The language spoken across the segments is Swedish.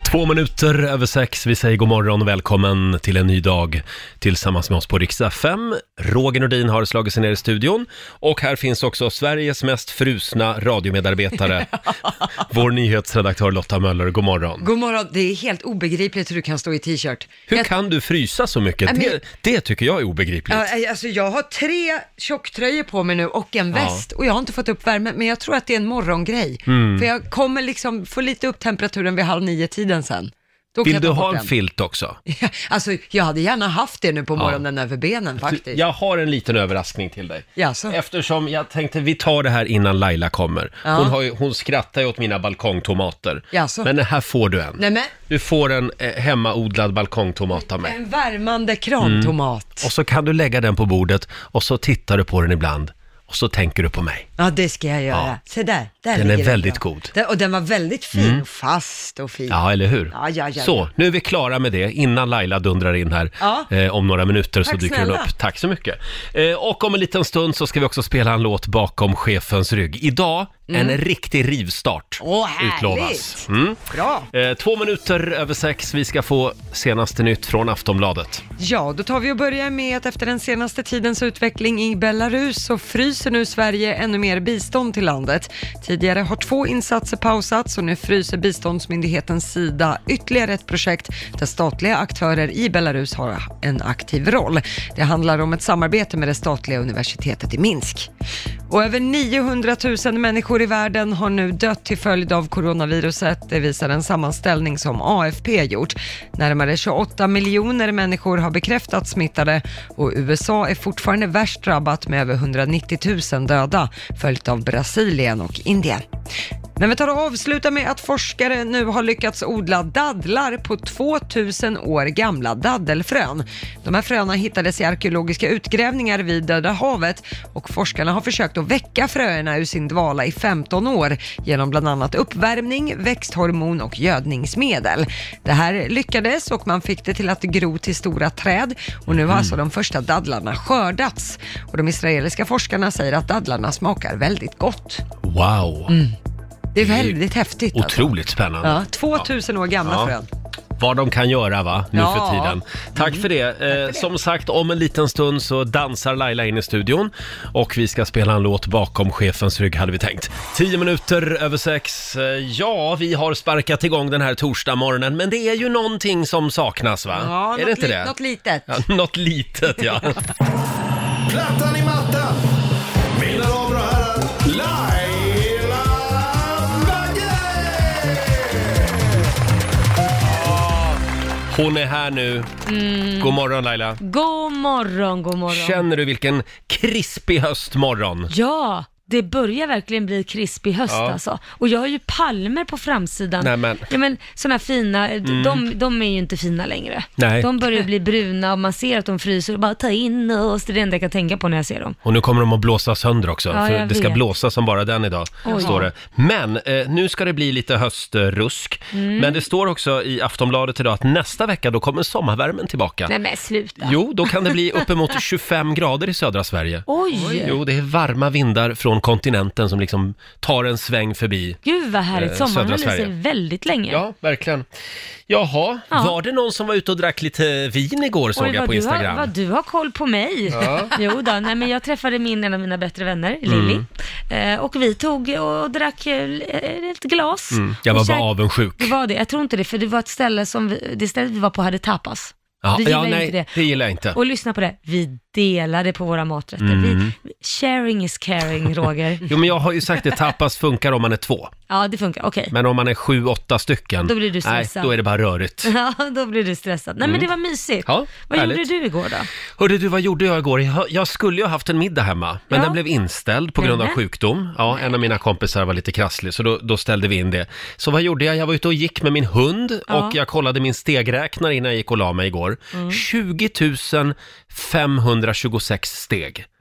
6:02. Vi säger god morgon och välkommen till en ny dag tillsammans med oss på Rix FM. Roger Nordin har slagit sig ner i studion och här finns också Sveriges mest frusna radiomedarbetare, vår nyhetsredaktör Lotta Möller. God morgon. God morgon, det är helt obegripligt hur du kan stå i t-shirt. Hur kan du frysa så mycket? Det tycker jag är obegripligt. Alltså jag har 3 tjocktröjor på mig nu och en väst och jag har inte fått upp värmen, men jag tror att det är en morgongrej. För jag kommer liksom få lite upp temperaturen vid 8:30 sen. Vill du ha en filt också? Ja, alltså jag hade gärna haft det nu på morgonen över benen faktiskt. Jag har en liten överraskning till dig. Jaså? Eftersom jag tänkte vi tar det här innan Laila kommer. Hon skrattar ju åt mina balkongtomater. Jaså? Men här får du en. Nämen. Du får en hemmaodlad balkongtomat av mig. En värmande krantomat. Och så kan du lägga den på bordet och så tittar du på den ibland. Och så tänker du på mig. Ja, det ska jag göra. Ja. Se där den är väldigt god. Och den var väldigt fin, fast och fin. Ja, eller hur? Ja. Så, nu är vi klara med det innan Laila dundrar in här om några minuter. Tack så dyker den upp. Tack så mycket. Och om en liten stund så ska vi också spela en låt bakom chefens rygg. Idag en riktig rivstart utlovas. Bra. 6:02. Vi ska få senaste nytt från Aftonbladet. Ja, då tar vi och börjar med att efter den senaste tidens utveckling i Belarus så fryser nu Sverige ännu mer bistånd till landet. Tidigare har 2 insatser pausats och nu fryser biståndsmyndighetens sida ytterligare ett projekt där statliga aktörer i Belarus har en aktiv roll. Det handlar om ett samarbete med det statliga universitetet i Minsk. Och över 900 000 människor i världen har nu dött till följd av coronaviruset. Det visar en sammanställning som AFP gjort. Närmare 28 miljoner människor har bekräftats smittade och USA är fortfarande värst drabbat med över 190 000 döda, följt av Brasilien och Indien. Men vi tar och avslutar med att forskare nu har lyckats odla dadlar på 2000 år gamla daddelfrön. De här fröna hittades i arkeologiska utgrävningar vid Döda havet och forskarna har försökt att väcka fröerna ur sin dvala i 15 år genom bland annat uppvärmning, växthormon och gödningsmedel. Det här lyckades och man fick det till att gro till stora träd och nu har alltså de första dadlarna skördats. Och de israeliska forskarna säger att dadlarna smakar väldigt gott. Wow! Det är väldigt häftigt. Otroligt spännande. Ja, 2000 år gamla frön. Vad de kan göra nu för tiden. Tack för det. Som sagt, om en liten stund så dansar Laila in i studion och vi ska spela en låt bakom chefens rygg hade vi tänkt. 6:10. Ja, vi har sparkat igång den här torsdagsmorgonen, men det är ju någonting som saknas, va? Ja, är det inte det? Något litet. Ja, något litet, ja. Plattan i mattan. Mina damer och herrar, Laila Bagge! Hon är här nu. God morgon Laila. God morgon. Känner du vilken krispig höstmorgon? Ja, det börjar verkligen bli krispig höst alltså. Och jag har ju palmer på framsidan. Nämen. Ja, men såna fina, de är ju inte fina längre. Nej. De börjar bli bruna och man ser att de fryser och bara ta in och det är det enda jag kan tänka på när jag ser dem. Och nu kommer de att blåsa sönder också, Ja, för det ska blåsa som bara den idag, står det. Men nu ska det bli lite höstrusk. Men det står också i Aftonbladet idag att nästa vecka då kommer sommarvärmen tillbaka. Nej men sluta. Jo, då kan det bli uppemot 25 grader i södra Sverige. Oj. Jo, det är varma vindar från kontinenten som liksom tar en sväng förbi. Gud vad härligt, sommaren södra håller sig väldigt länge. Ja, verkligen. Jaha, var det någon som var ute och drack lite vin igår såg jag på Instagram? Vad du har koll på mig. Ja. Jo då, nej men jag träffade en av mina bättre vänner, Lilly. Och vi tog och drack ett glas. Jag var bara avundsjuk. Det var det, jag tror inte det, för det var ett ställe det stället vi var på hade tapas. Det gillar jag inte. Och lyssna på det, vi delade på våra maträtter. Sharing is caring, Roger. Jo, men jag har ju sagt att tapas funkar om man är 2. Ja, det funkar, okej. Men om man är 7-8 stycken, då blir du stressad. Nej, då är det bara rörigt. Ja, då blir du stressad. Nej, men det var mysigt. Ja, vad härligt. gjorde du igår då? Hörde du, vad gjorde jag igår? Jag skulle ju ha haft en middag hemma, men den blev inställd på grund av sjukdom. Ja, en av mina kompisar var lite krasslig, så då ställde vi in det. Så vad gjorde jag? Jag var ute och gick med min hund och jag kollade min stegräknare innan jag gick och la mig igår. 20 526 steg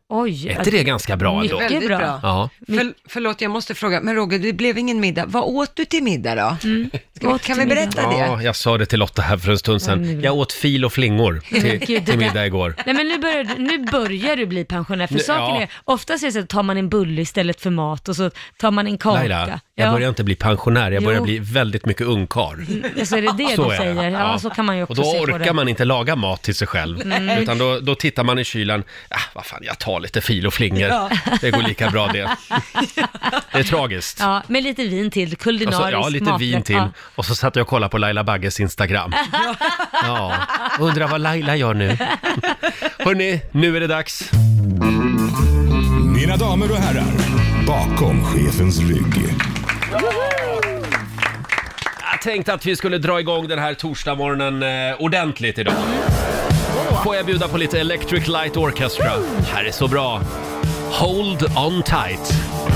Oj. Är inte det ganska bra ändå? Mycket Väldigt bra. Ja. Förlåt, jag måste fråga, men Roger, det blev ingen middag. Vad åt du till middag då? Kan vi berätta Ja, det? jag sa det till Lotta här för en stund sedan. Jag åt fil och flingor till middag igår. Nej, men nu börjar du bli pensionär, för saken är, oftast är det så att tar man en bulle istället för mat och så tar man en kaka. Laila, jag börjar inte bli pensionär, jag börjar bli väldigt mycket ungkarl. Så är det det Så du är det. säger? Ja, så kan man ju också och då se på det. orkar man inte laga mat till sig själv, utan då tittar man i kylen, vad fan, jag tar lite fil och flingor. Det går lika bra det. Det är tragiskt. Ja, med lite vin till, kulinarisk lite maträtt. vin till. Ja. Och så satt jag och kollade på Laila Bagges Instagram. Ja, undrar vad Laila gör nu. Hörrni, nu är det dags. Mina damer och herrar, bakom chefens rygg. Jag tänkte att vi skulle dra igång den här torsdagsmorgonen ordentligt idag. Får jag bjuda på lite Electric Light Orchestra. Här är så bra. Hold on tight.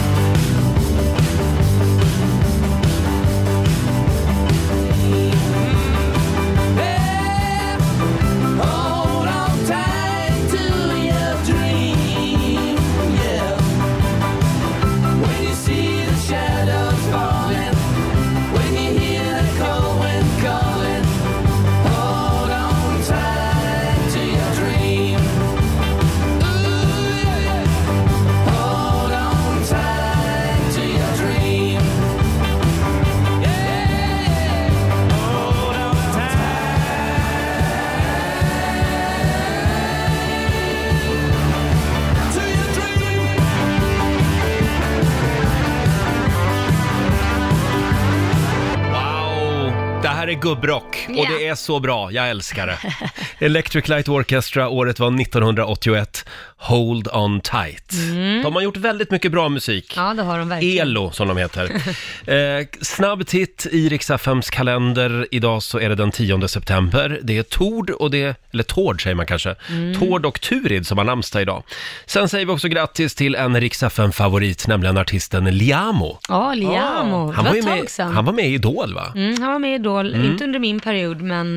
Det här är gubbrock och det är så bra, jag älskar det. Electric Light Orchestra, året var 1981. Hold on tight. De har gjort väldigt mycket bra musik. Ja, det har de verkligen. ELO som de heter. Snabb titt i Rix FMs kalender. Idag så är det den 10 september. Det är Tord och eller Tord säger man kanske. Tord och Turid som har namnsdag idag. Sen säger vi också grattis till en Rix FM-favorit, nämligen artisten Liamo. Ja, Liamo. Han Han var med i Idol, va? Han var med i Idol, inte under min period, men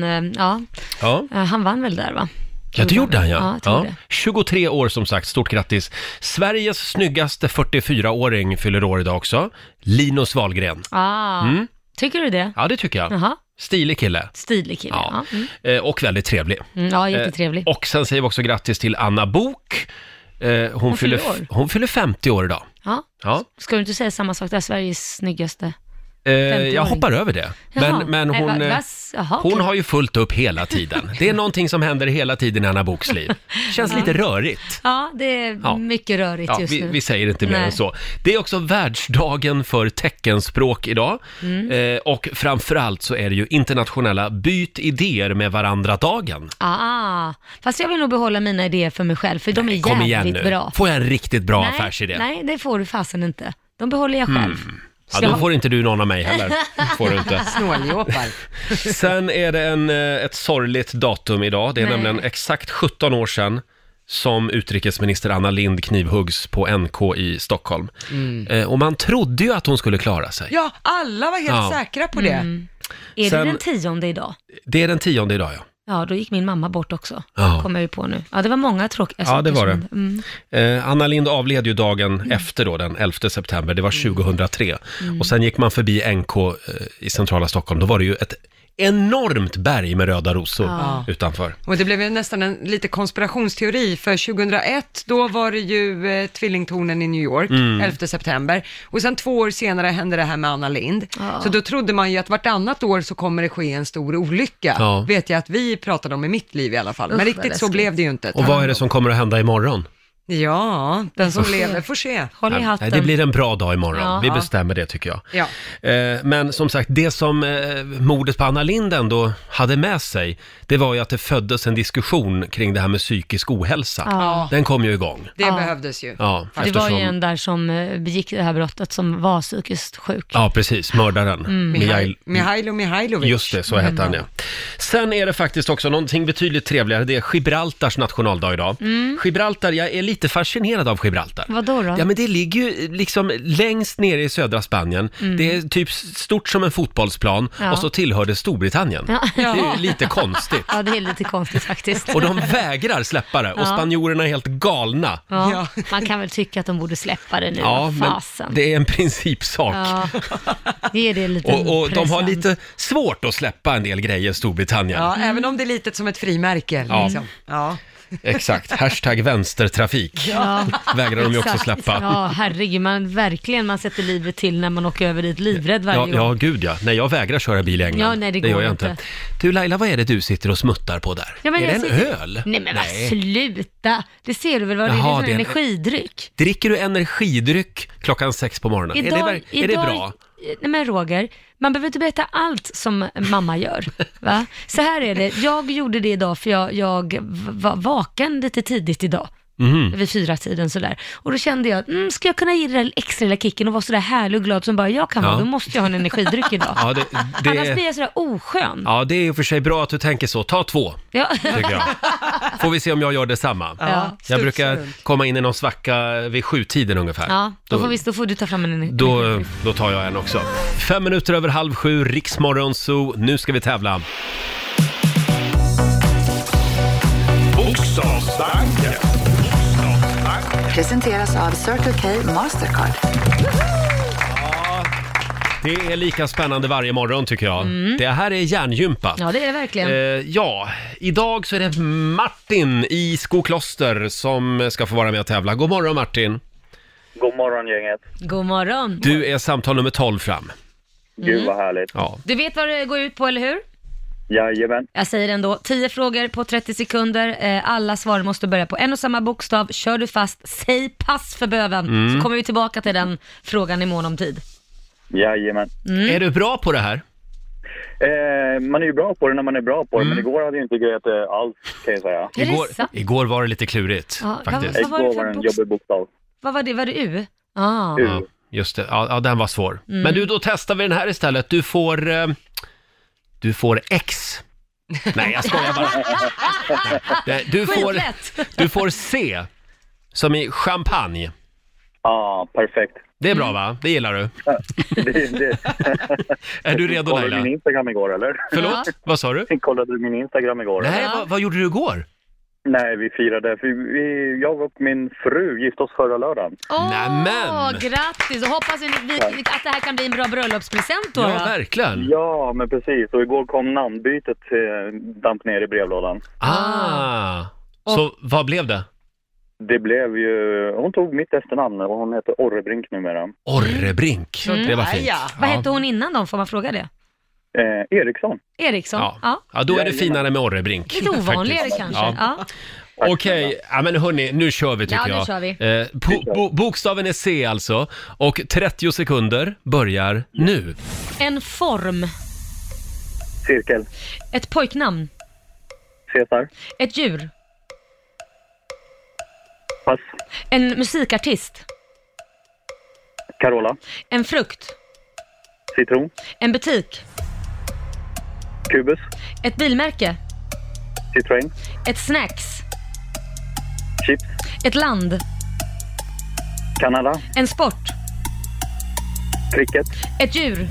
han vann väl där, va? Ja, det gjorde han, ja. Ja. 23 år som sagt, stort grattis. Sveriges snyggaste 44-åring fyller år idag också. Linus Wahlgren. Tycker du det? Ja, det tycker jag. Jaha. Stilig kille. Stilig kille, Och väldigt trevlig. Ja, jättetrevlig. Och sen säger vi också grattis till Anna Bok. Hon fyller 50 år idag. Ja. Ska du inte säga samma sak där, Sveriges snyggaste? Jag hoppar över det. Men hon har ju fullt upp hela tiden. Det är någonting som händer hela tiden i Anna Boks liv. Känns lite rörigt. Ja, det är mycket rörigt just nu. Vi säger inte mer än så. Det är också världsdagen för teckenspråk idag. Och framförallt så är det ju internationella byt idéer med varandra-dagen. Fast jag vill nog behålla mina idéer för mig själv, för de är Kom igen jävligt nu. bra. Får jag en riktigt bra affärsidé? Nej, det får du fasen inte. De behåller jag själv. Ja, då får inte du någon av mig heller. Får du inte. Snåljåpar. Sen är det ett sorgligt datum idag. Det är nämligen exakt 17 år sedan som utrikesminister Anna Lindh knivhuggs på NK i Stockholm. Och man trodde ju att hon skulle klara sig. Ja, alla var helt säkra på det. Är det den 10:e idag? Det är den 10:e idag, ja. Ja, då gick min mamma bort också. Kommer jag ju på nu. Ja, det var många tråkiga saker. Ja, det var det. Anna Lindh avled ju dagen efter då, den 11 september. Det var 2003. Och sen gick man förbi NK i centrala Stockholm. Då var det ju ett enormt berg med röda rosor utanför. Och det blev ju nästan en lite konspirationsteori, för 2001 då var det ju tvillingtornen i New York, 11 september. Och sen 2 år senare hände det här med Anna Lindh. Så då trodde man ju att vartannat år så kommer det ske en stor olycka. Vet jag att vi pratade om i mitt liv i alla fall. Men riktigt så blev det ju inte. Och vad är det som kommer att hända imorgon? Ja, den som lever får se. Håll i hatten. Det blir en bra dag imorgon. Vi bestämmer det, tycker jag. Ja. Men som sagt, det som mordet på Anna Lindh ändå hade med sig, det var ju att det föddes en diskussion kring det här med psykisk ohälsa. Den kom ju igång. Det behövdes ju. Ja, det var ju en där som begick det här brottet som var psykiskt sjuk. Ja, precis. Mördaren. Mihailo Mihailovic. Just det, så hette han, ja. Sen är det faktiskt också någonting betydligt trevligare. Det är Gibraltars nationaldag idag. Gibraltar, jag är lite fascinerad av Gibraltar. Vadå då? Ja, men det ligger ju liksom längst ner i södra Spanien. Det är typ stort som en fotbollsplan och så tillhör det Storbritannien. Ja. Det är ju lite konstigt. Ja, det är lite konstigt faktiskt. Och de vägrar släppa det. Och spanjorerna är helt galna. Ja, man kan väl tycka att de borde släppa det nu. Ja, men fasen. det är en principsak. Ja, det är det lite. Och de har lite svårt att släppa en del grejer i Storbritannien. Ja, även om det är litet som ett frimärke. Ja. Liksom. Ja. Exakt, hashtag vänstertrafik vägrar de ju också släppa. Ja, herregud, man sätter livet till när man åker över dit livrädd varje gång. Ja, gud ja. Nej, jag vägrar köra bil i England. Ja, nej, det går gör jag inte. Du Laila, vad är det du sitter och smuttar på där? Ja, men är det jag en sitter... öl? Nej, men vad sluta. Det ser du väl vad Jaha, det är, energidryck. Dricker du energidryck klockan 6 på morgonen? Är det bra? Nej men Roger, man behöver inte berätta allt som mamma gör. Va? Så här är det, jag gjorde det idag för jag var vaken lite tidigt idag. Vid 4-tiden sådär. Och då kände jag, ska jag kunna ge det där extra lilla kicken och vara sådär härlig och glad som bara jag kan vara, då måste jag ha en energidryck idag. Ja, Annars blir jag sådär oskön. Ja, det är ju för sig bra att du tänker så. Ta 2, tycker jag. Får vi se om jag gör detsamma. Ja. Jag brukar komma in i någon svacka vid 7-tiden ungefär. Ja, då får du ta fram en energidryck. Då tar jag en också. 5 minuter över 6:30, Riksmorgon Zoo. Nu ska vi tävla. Bokstavsbanken. Presenteras av Circle K Mastercard. Det är lika spännande varje morgon tycker jag. Det här är hjärngympa. Ja, det är det verkligen. Idag så är det Martin i Skokloster som ska få vara med och tävla. God morgon Martin. God morgon gänget. God morgon. Du är samtal nummer 12 fram. Gud vad härligt. Ja. Du vet vad det går ut på, eller hur? Jajamän. Jag säger ändå, 10 frågor på 30 sekunder. Alla svar måste börja på en och samma bokstav. Kör du fast, säg pass för böven. Så kommer vi tillbaka till den frågan i mån om tid. Jajamän. Är du bra på det här? Man är ju bra på det när man är bra på det, men igår hade jag inte grejat det alls, kan jag säga. Är det sant? Igår var det lite klurigt faktiskt. Vad var det Igår för var det en jobbig bokstav. Vad var det? Var det U? Ja, just det. Ja, den var svår. Men du, då testar vi den här istället. Du får X. Nej, jag skojar bara. Nej, du får C, som i champagne. Ja, perfekt. Det är bra va? Det gillar du. Är du redo Kollade du Laila? min Instagram igår eller? Förlåt? Vad sa du? Kollade du min Instagram igår? Nej, vad gjorde du igår? Nej, vi firade. Jag och min fru gifte oss förra lördagen. Nämen! Grattis! Och hoppas att det här kan bli en bra bröllopspresent då. Ja, då. verkligen. Ja, men precis. Och igår kom namnbytet damp ner i brevlådan. Så vad blev det? Det blev ju... Hon tog mitt efternamn och hon heter Orrebrink numera. Orrebrink, det var fint. Vad hette hon innan då? Får man fråga det? Eriksson. Eriksson? Ja, då är det finare med Orrebrink. Lite ovanligare faktiskt. kanske. Ja. Ja. Okej, men hörni, nu kör vi tycker jag. Ja, nu kör vi. Bokstaven är C alltså. Och 30 sekunder börjar nu. En form. Cirkel. Ett pojknamn. Cesar. Ett djur. Pass. En musikartist. Carola. En frukt. Citron. En butik. Kubus. Ett bilmärke. Citroën. Ett snacks. Chips. Ett land. Kanada. En sport. Cricket. Ett djur.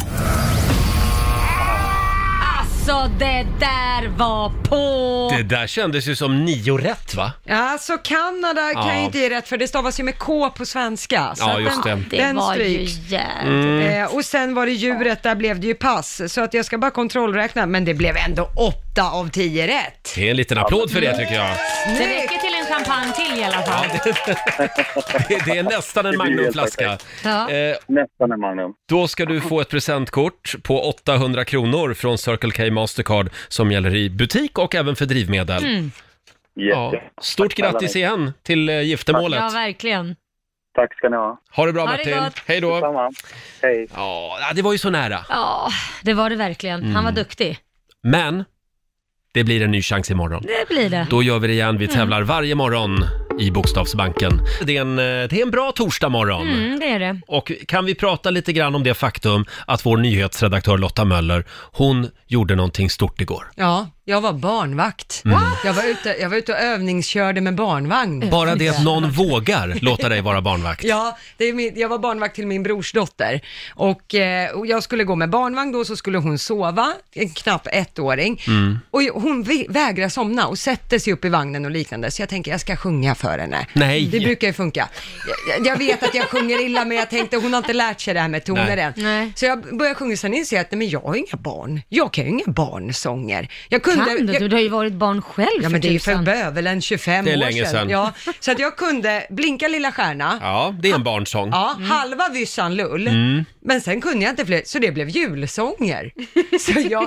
Alltså det där var på... Det där kändes ju som 9 rätt va? Ja, så Kanada kan jag inte ge rätt för det stavas ju med K på svenska. Så Ja, att just det. Det Den var ju stryks. jävligt. Och sen var det djuret, där blev det ju pass. Så att jag ska bara kontrollräkna, men det blev ändå 8 av 10 rätt. Det är en liten applåd för det tycker jag. Det räcker till en champagne till i alla fall. Det är nästan en Magnumflaska. Ja. Nästan en Magnum. Då ska du få ett presentkort på 800 kronor från Circle K Mastercard som gäller i butik och även för drivmedel. Ja. Stort grattis igen till giftermålet. Ja, verkligen. Tack ska ni ha. Ha det bra Ha det Martin. gott. Hej då. Samma. Hej. Ja, det var ju så nära. Ja, det var det verkligen. Han var duktig. Men det blir en ny chans imorgon. Det blir det. Då gör vi det igen. Vi tävlar varje morgon i Bokstavsbanken. Det är en bra torsdagmorgon. Det är det. Och kan vi prata lite grann om det faktum att vår nyhetsredaktör Lotta Möller, hon gjorde någonting stort igår. Ja, Jag var barnvakt. Jag var ute och övningskörde med barnvagn. Bara det att någon vågar låta dig vara barnvakt. Ja, jag var barnvakt till min brorsdotter och jag skulle gå med barnvagn då, så skulle hon sova, en knapp 1-åring, och hon vägrar somna och sätter sig upp i vagnen och liknande, så jag tänker jag ska sjunga för henne. Nej. Det brukar ju funka. Jag vet att jag sjunger illa, men jag tänkte hon har inte lärt sig det här med toner än. Nej. Så jag började sjunga, sen inser jag att men jag har inga barn. Jag kan ju inga barnsånger. Du har ju varit barn själv. Ja, men det är ju för bövelen 25 Det är år länge sedan. Ja, så att jag kunde Blinka lilla stjärna. Ja, det är en barnsång. Ja, halva Vyssan Lull. Men sen kunde jag inte fler, så det blev julsånger. Så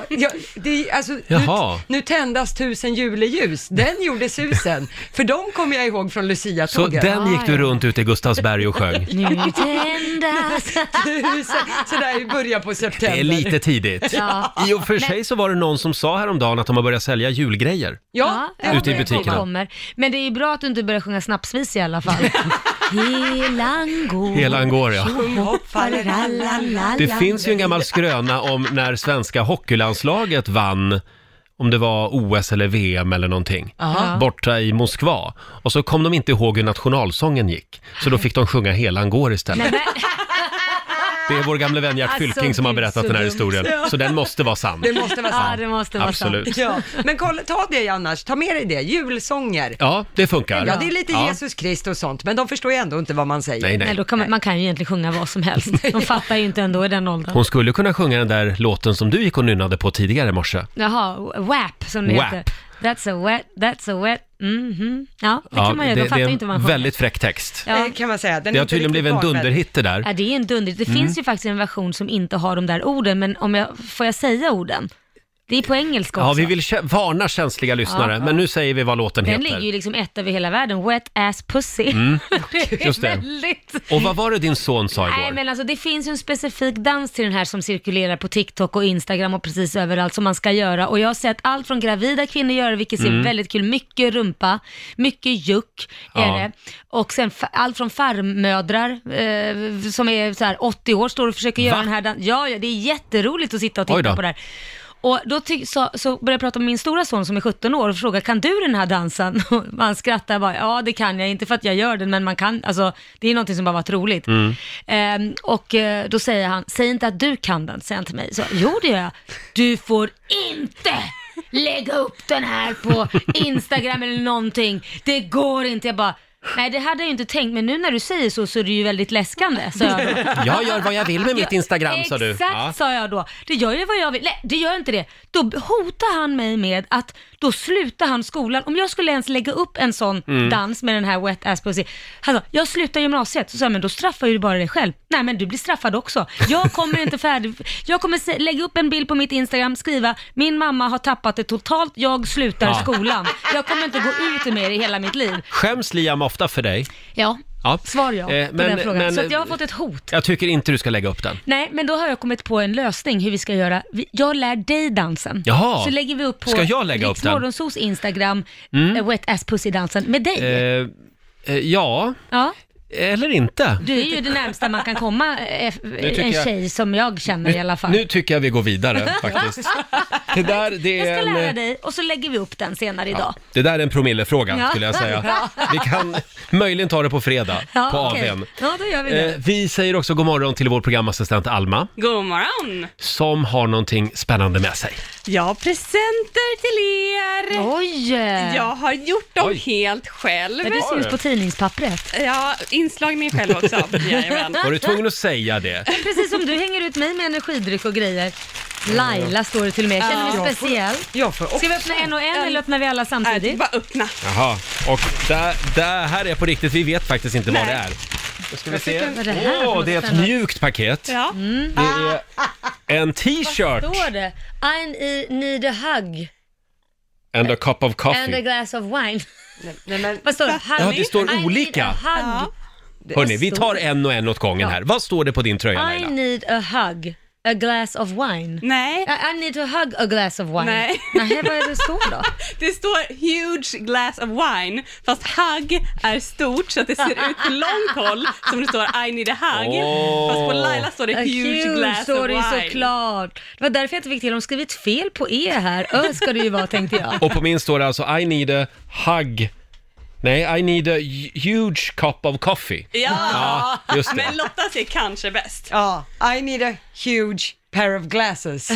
nu tändas 1000 juleljus. Den gjorde susen. För de kommer jag ihåg från Lucia-tåget. Så den gick du runt ute i Gustavsberg och sjöng? Nu tändas 1000, så där i början på september. Det är lite tidigt. Ja. I och för sig så var det någon som sa häromdagen att de har börjat sälja julgrejer. Ja, ute i butikerna. Kommer. Men det är ju bra att du inte börjar sjunga snapsvis i alla fall. Helan går, ja. Faller. Det finns ju en gammal skröna om när svenska hockeylandslaget vann, om det var OS eller VM eller någonting, borta i Moskva. Och så kom de inte ihåg hur nationalsången gick. Så då fick de sjunga Helan går istället. Det är vår gamla vän Gert Fylking som har berättat den här historien. Så den måste vara sann. Det måste vara sant. Ja, det måste vara Absolut. sant. Ja. Men kolla, ta det annars, ta med dig det, julsånger. Ja, det funkar. Ja, det är lite Jesus Kristus och sånt, men de förstår ju ändå inte vad man säger. Nej. Nej, då kan man kan ju egentligen sjunga vad som helst. De fattar ju inte ändå i den åldern. Hon skulle kunna sjunga den där låten som du gick och nynnade på tidigare i morse. Jaha, WAP som det heter. That's a wet. Ja, det kan man ju. De fattar ju inte vad man sjunger. Väldigt fräck text. Ja. Kan man säga. Den Det har tydligen blivit en dunderhit det där. Ja, det är en dunderhit. Det finns ju faktiskt en version som inte har de där orden, men får jag säga orden? Det är på engelska också. Ja, vi vill varna känsliga lyssnare, men nu säger vi vad låten Den heter. ligger ju liksom ett över hela världen, Wet Ass Pussy. Just det. Väldigt... Och vad var det din son sa igår? Nej, men alltså det finns ju en specifik dans till den här som cirkulerar på TikTok och Instagram och precis överallt som man ska göra. Och jag har sett allt från gravida kvinnor göra, vilket ser väldigt kul. Mycket rumpa, mycket juck är det. Och sen allt från farmödrar som är så här 80 år står och försöker göra den här dansen. Ja, det är jätteroligt att sitta och titta på det här. Och då så började jag prata med min stora son som är 17 år och fråga, kan du den här dansen? Och man skrattar bara, ja det kan jag, inte för att jag gör den, men man kan, alltså det är någonting som bara varit roligt. Då säger han, säg inte att du kan den, säger han till mig. Så, jo det gör jag. Du får inte lägga upp den här på Instagram eller någonting. Det går inte, jag bara... Nej, det hade jag ju inte tänkt, men nu när du säger så är det ju väldigt läskande, sa jag då. Jag gör vad jag vill med mitt Instagram, sa du. Exakt, sa jag då. Det gör ju vad jag vill. Nej, det gör inte det. Då hotar han mig med att då slutar han skolan. Om jag skulle ens lägga upp en sån dans med den här Wet Ass Pussy. Alltså, jag slutar gymnasiet. Så sa jag, men då straffar ju bara dig själv. Nej, men du blir straffad också. Jag kommer inte färdig. Jag kommer lägga upp en bild på mitt Instagram, skriva, min mamma har tappat det totalt, jag slutar skolan. Jag kommer inte gå ut med det i hela mitt liv. Skäms Liam ofta för dig? Ja. Svar ja på den frågan. Så att jag har fått ett hot. Jag tycker inte du ska lägga upp den. Nej, men då har jag kommit på en lösning hur vi ska göra. Jag lär dig dansen. Jaha. Så lägger vi upp på ska jag lägga upp den? Morgonsos Instagram, Wet Ass Pussy-dansen med dig. Ja. Eller inte. Du är ju det närmsta man kan komma en tjej som jag känner i alla fall. Nu tycker jag vi går vidare faktiskt. Det jag ska lära dig och så lägger vi upp den senare idag. Det där är en promillefråga skulle jag säga. Vi kan möjligen ta det på fredag på AW:n. Ja, då gör vi det. Vi säger också god morgon till vår programassistent Alma. God morgon. Som har någonting spännande med sig. Ja, presenter till er. Oj! Jag har gjort dem helt själv. Det syns på tidningspappret. Ja, inslag mig själv också. Var du tvungen att säga det? Precis som du hänger ut mig med energidryck och grejer. Laila står det till och med. Känner vi speciell? Ska vi öppna en och en eller öppnar vi alla samtidigt? Bara öppna. Jaha, och det här är på riktigt, vi vet faktiskt inte vad det är. Då ska vi se. Det är ett mjukt paket. Ja. Det är en t-shirt. Vad står det? I need a hug. And a cup of coffee. And a glass of wine. Nej, men, vad står det? Ja, det står olika. Ja. Hörrni, vi tar en och en åt gången här. Vad står det på din tröja, Laila? I need a hug. a glass of wine. Nej. I need to hug a glass of wine. Nej. Nej, vad är det står då? Det står huge glass of wine, fast hug är stort så att det ser ut på långt håll som det står I need a hug. Fast på Laila står det huge glass står of det wine. såklart. Det var därför jag inte fick till. De skrivit fel på här. Ska det ju vara, tänkte jag. Och på min står det alltså I need a hug. Nej, I need a huge cup of coffee. Ja, just det. Men Lotta ser kanske bäst. Ja, I need a huge pair of glasses.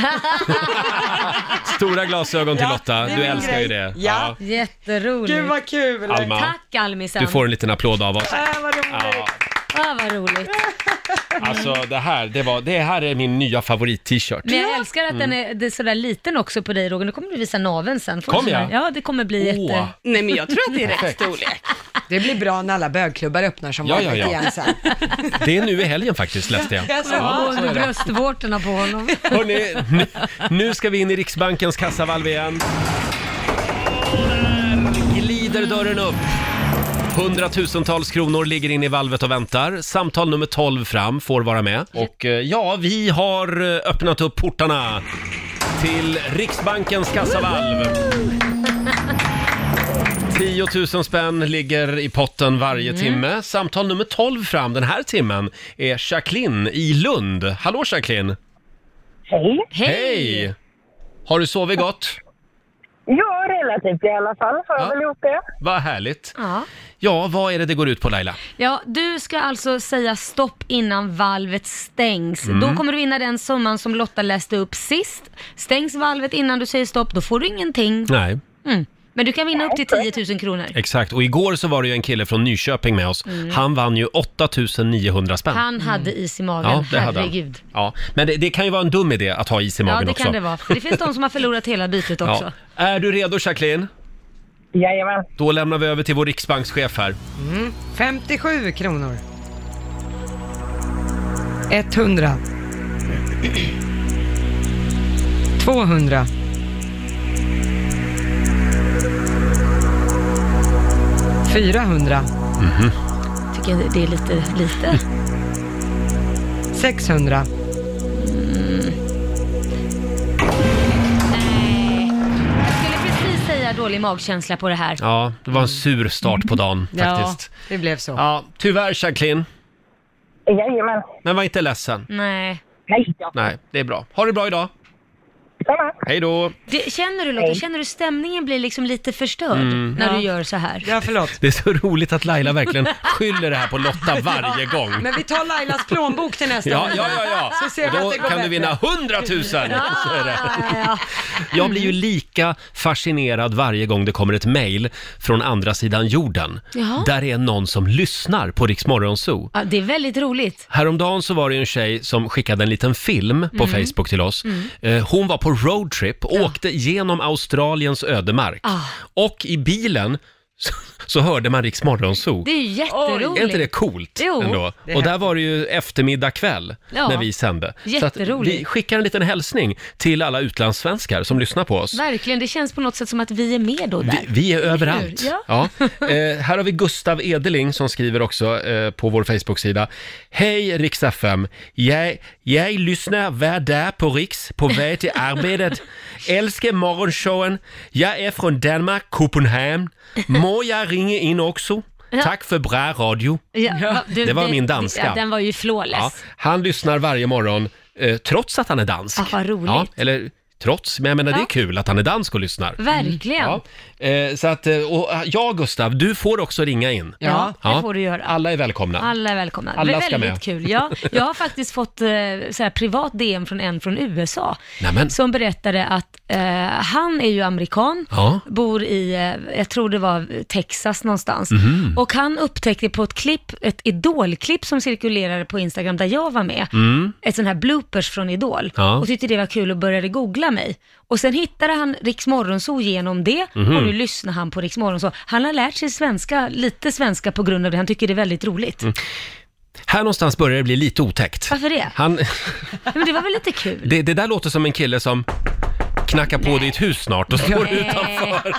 Stora glasögon till Ja, Lotta. det är Du min älskar grej. ju det. Ja. Jätteroligt. Gud vad kul! Alma, Tack Almisen. du får en liten applåd av oss. Vad roligt! Vad roligt. Alltså det här är min nya favorit-t-shirt. Men jag älskar att det är sådär liten också på dig, Roger. Nu kommer du visa naveln sen. Får du Kommer jag? sådär? Ja, det kommer bli jätte... Nej, men jag tror att det är rätt storlek. Det blir bra när alla bögklubbar öppnar som Ja, vanligt ja. igen sen. Det är nu i helgen faktiskt, läste jag. Under bröstvårtorna på honom. Hörrni, nu ska vi in i Riksbankens kassavalv igen. Där glider dörren upp. 100-tusentals kronor ligger in i valvet och väntar. Samtal nummer 12 fram får vara med. Och ja, vi har öppnat upp portarna till Riksbankens kassavalv. 10 000 spänn ligger i potten varje timme. Samtal nummer 12 fram den här timmen är Jacqueline i Lund. Hallå Jacqueline! Hej. Hej! Har du sovit gott? Ja, relativt i alla fall har jag väl gjort det. Vad härligt. Ja. Ja, vad är det går ut på Laila? Ja, du ska alltså säga stopp innan valvet stängs. Då kommer du vinna den summan som Lotta läste upp sist. Stängs valvet innan du säger stopp, då får du ingenting. Nej. Men du kan vinna upp till 10 000 kronor. Exakt, och igår så var det ju en kille från Nyköping med oss. Han vann ju 8 900 spänn. Han hade is i magen, det hade han. herregud. Ja, men det kan ju vara en dum idé att ha is i magen Ja, det också. kan det vara. För det finns de som har förlorat hela bytet också. Ja. Är du redo Jacqueline? Jajamän. Då lämnar vi över till vår riksbankschef här. 57 kronor. 100. 200. 400. Tycker jag det är lite. 600. Nej. Jag skulle precis säga dålig magkänsla på det här. Ja, det var en sur start på dagen faktiskt. Ja, det blev så. Ja, tyvärr Jacqueline. Jajamän. Men var inte ledsen. Nej. Nej då. Nej, det är bra. Ha det bra idag. Samma. Hej då. Känner du Lotta, känner du stämningen blir liksom lite förstörd när du gör så här? Ja, förlåt. Det är så roligt att Laila verkligen skyller det här på Lotta varje gång. Men vi tar Lailas plånbok till nästa Ja, gång. ja. Så ser vi Och då att det går kan du bättre. vinna 100 000. Så är det. Ja. Jag blir ju lika fascinerad varje gång det kommer ett mejl från andra sidan jorden. Jaha. Där är någon som lyssnar på Rix Morgon Zoo. Ja, det är väldigt roligt. Häromdagen så var det en tjej som skickade en liten film på Facebook till oss. Hon var på roadtrip, åkte genom Australiens ödemark. Och i bilen så hörde man Rix Morgon Zoo. Det är ju jätteroligt. Är inte det coolt Jo. ändå? Och där var det ju eftermiddag kväll när vi sände. Så att Jätteroligt. vi skickar en liten hälsning till alla utlandssvenskar som lyssnar på oss. Verkligen, det känns på något sätt som att vi är med då där. Vi är överallt. Ja. Här har vi Gustav Edeling som skriver också på vår Facebook-sida. Hej Rix FM. Jag lyssnar hver dag på Rix på väg till arbetet. Älskar morgonshowen. Jag är från Danmark, Copenhagen. Må jag ringa in också? Tack för bra radio. Det var min danska. Ja, den var ju flawless. Ja, han lyssnar varje morgon trots att han är dansk. Vad roligt. Ja, eller trots, men jag menar det är kul att han är dansk och lyssnar. Verkligen. Ja, så att, och ja Gustav, du får också ringa in. Ja, det får du göra. Alla är välkomna. Alla är välkomna. Alla det är ska väldigt med. kul. Ja, jag har faktiskt fått så här, privat DM från en från USA. Nämen. Som berättade att han är ju amerikan, bor i, jag tror det var Texas någonstans. Och han upptäckte på ett Idol-klipp som cirkulerade på Instagram där jag var med. Ett sån här bloopers från Idol. Och tyckte det var kul och började googla mig. Och sen hittade han Rix Morgonzoo genom det och nu lyssnar han på Rix Morgonzoo. Han har lärt sig lite svenska på grund av det. Han tycker det är väldigt roligt. Här någonstans börjar det bli lite otäckt. Varför det? Han, Men det var väl lite kul? det där låter som en kille som knacka på ditt hus snart och står utanför.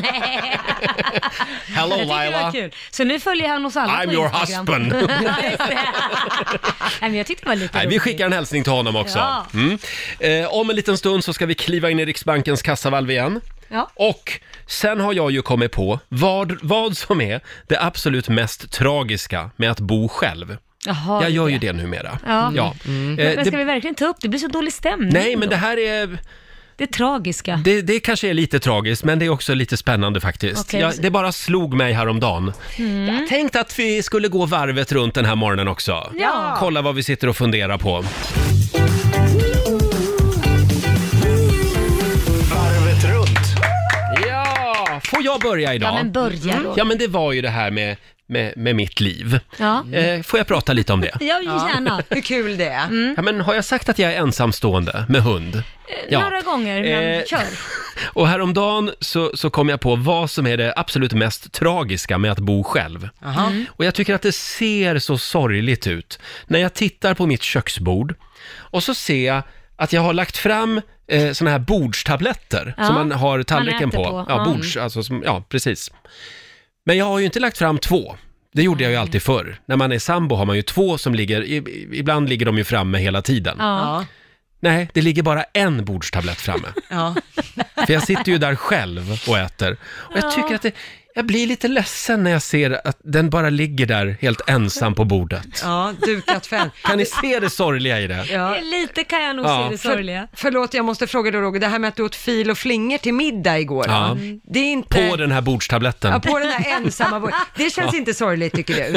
Hello Laila. Kul. Så nu följer han oss alla I'm på your Instagram. husband. Nej, men jag tyckte det var lite Nej, vi skickar en hälsning till honom också. Ja. Om en liten stund så ska vi kliva in i Riksbankens kassavalv igen. Ja. Och sen har jag ju kommit på vad som är det absolut mest tragiska med att bo själv. Jaha, Jag gör ju det numera. Ja. Men ska vi verkligen ta upp det? Det blir så dålig stämning. Nej, men det här är... Det är tragiska. Det kanske är lite tragiskt, men det är också lite spännande faktiskt. Okay. Det bara slog mig häromdagen. Jag tänkte att vi skulle gå varvet runt den här morgonen också. Ja. Kolla vad vi sitter och funderar på. Varvet runt. Ja, får jag börja idag? Ja, men börja då. Ja, men det var ju det här med mitt liv. Ja. Får jag prata lite om det? Ja, gärna. Hur kul det är. Ja, men har jag sagt att jag är ensamstående med hund? Ja. Några gånger, men kör. Och häromdagen så kom jag på vad som är det absolut mest tragiska med att bo själv. Och jag tycker att det ser så sorgligt ut. När jag tittar på mitt köksbord och så ser jag att jag har lagt fram såna här bordstabletter som man har tallriken på. Ja, bords, alltså, precis. Men jag har ju inte lagt fram 2. Det gjorde jag ju alltid förr. När man är sambo har man ju 2 som ligger, ibland ligger de ju framme hela tiden. Ja. Nej, det ligger bara en bordstablett framme. Ja. För jag sitter ju där själv och äter. Och jag tycker att jag blir lite ledsen när jag ser att den bara ligger där helt ensam på bordet. Ja, dukat för en. Kan ni se det sorgliga i det? Ja. Lite kan jag nog se det sorgliga. Förlåt, jag måste fråga då Roger, det här med att du åt fil och flingor till middag igår. Ja. Det är inte... På den här bordstabletten. Ja, på den här ensamma det känns inte sorgligt, tycker du?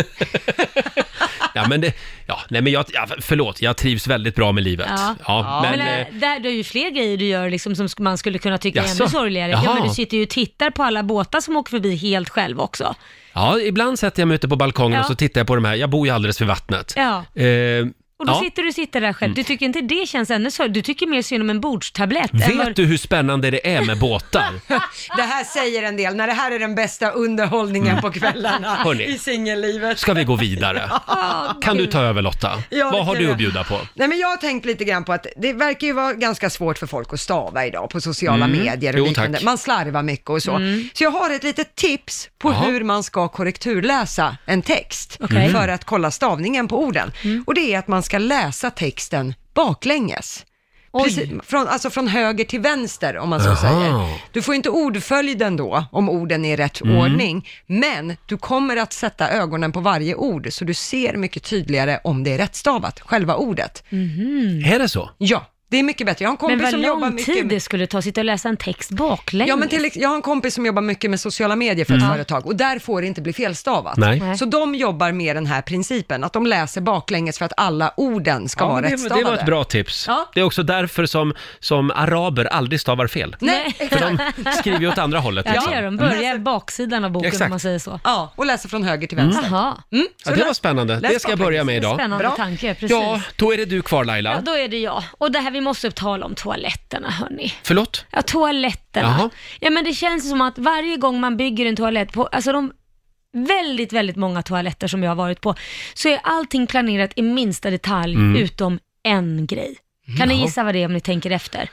Ja, men förlåt, jag trivs väldigt bra med livet. Men där är ju fler grejer du gör liksom, som man skulle kunna tycka är ännu sorgligare. Ja, men du sitter ju och tittar på alla båtar som åker förbi helt själv också. Ja, ibland sätter jag mig ute på balkongen och så tittar jag på de här. Jag bor ju alldeles vid vattnet. Ja. Och då sitter där själv. Du tycker inte det känns ännu så. Du tycker mer synd om en bordstablett. Vet du hur spännande det är med båtar? Det här säger en del. När det här är den bästa underhållningen på kvällarna i singellivet. Ska vi gå vidare? Kan du ta över, Lotta? Ja, vad har du att bjuda på? Nej, men jag har tänkt lite grann på att det verkar ju vara ganska svårt för folk att stava idag på sociala medier och liknande. Man slarvar mycket och så. Så jag har ett litet tips på hur man ska korrekturläsa en text för att kolla stavningen på orden. Och det är att man ska läsa texten baklänges. Precis, från höger till vänster, om man så säger. Du får inte ordföljden då, om orden är i rätt ordning, men du kommer att sätta ögonen på varje ord, så du ser mycket tydligare om det är rättstavat, själva ordet. Är det så? Ja. Det är mycket bättre. Jag har en kompis som jobbar mycket... Men vad lång tid det skulle ta sitta och läsa en text baklänges? Ja, men jag har en kompis som jobbar mycket med sociala medier för ett företag, och där får det inte bli felstavat. Nej. Så de jobbar med den här principen, att de läser baklänges för att alla orden ska vara rättstavade. Det var ett bra tips. Ja. Det är också därför som araber aldrig stavar fel. Nej. För de skriver ju åt andra hållet. Ja, det gör de. Börjar baksidan av boken, om man säger så. Ja, och läser från höger till vänster. Ja, det var spännande. Det ska jag börja med idag. Spännande tanke, precis. Ja, då är det du kvar, Laila. Ja, då är det jag. Och det här, vi måste tala om toaletterna, hörni. Förlåt? Ja, toaletterna. Jaha. Ja, men det känns som att varje gång man bygger en toalett på, alltså de väldigt, väldigt många toaletter som jag har varit på, så är allting planerat i minsta detalj utom en grej. Kan ni gissa vad det är om ni tänker efter?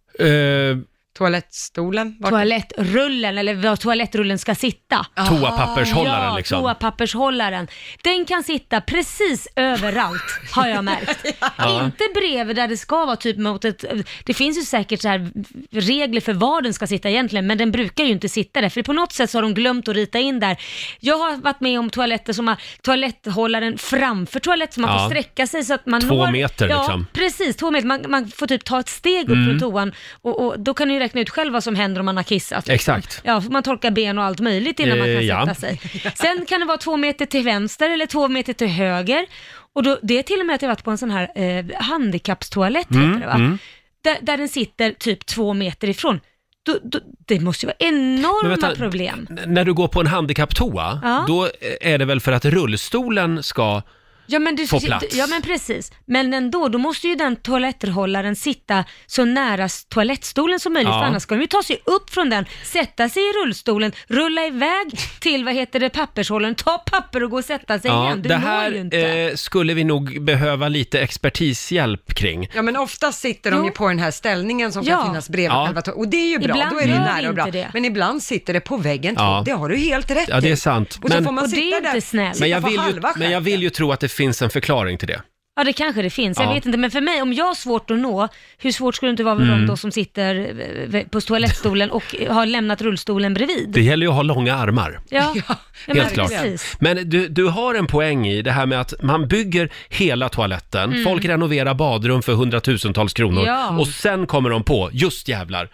Toalettstolen? Toalettrullen, eller var toalettrullen ska sitta. Toapappershållaren liksom. Ja, toapappershållaren. Den kan sitta precis överallt, har jag märkt. Inte bredvid där det ska vara, typ mot ett... Det finns ju säkert så här regler för var den ska sitta egentligen, men den brukar ju inte sitta där, för på något sätt så har de glömt att rita in där. Jag har varit med om toaletter som har toaletthållaren framför toalett, så man får sträcka sig så att man 2 meter liksom. Ja, precis, 2 meter. Man får typ ta ett steg upp från toan, och då kan ju räkna ut själv vad som händer om man har kissat. Exakt. Ja, man torkar ben och allt möjligt innan man kan sätta sig. Sen kan det vara 2 meter till vänster eller 2 meter till höger. Och då, det är till och med att jag varit på en sån här handikappstoalett, heter det, va? Där den sitter typ 2 meter ifrån. Det måste ju vara enorma problem. När du går på en handikapptoa, då är det väl för att rullstolen ska få plats. Ja, men precis. Men ändå, då måste ju den toaletthållaren sitta så nära toalettstolen som möjligt, för annars ska de ju ta sig upp från den, sätta sig i rullstolen, rulla iväg till, pappershållaren, ta papper och gå och sätta sig igen. Det här skulle vi nog behöva lite expertishjälp kring. Ja, men ofta sitter de ju på den här ställningen som kan finnas bredvid själva och det är ju bra, ibland då är det nära och bra. Men ibland sitter det på väggen, det har du helt rätt i. Ja, det är sant. Och så får man sitta det är inte snällt. Men jag vill ju tro att det finns en förklaring till det. Ja, det kanske det finns, jag vet inte, men för mig, om jag har svårt att nå, hur svårt skulle det inte vara för de då som sitter på toalettstolen och har lämnat rullstolen bredvid? Det gäller ju att ha långa armar. Ja, helt klart. Precis. Men du har en poäng i det här med att man bygger hela toaletten, folk renoverar badrum för 100,000-tals kronor och sen kommer de på, just jävlar,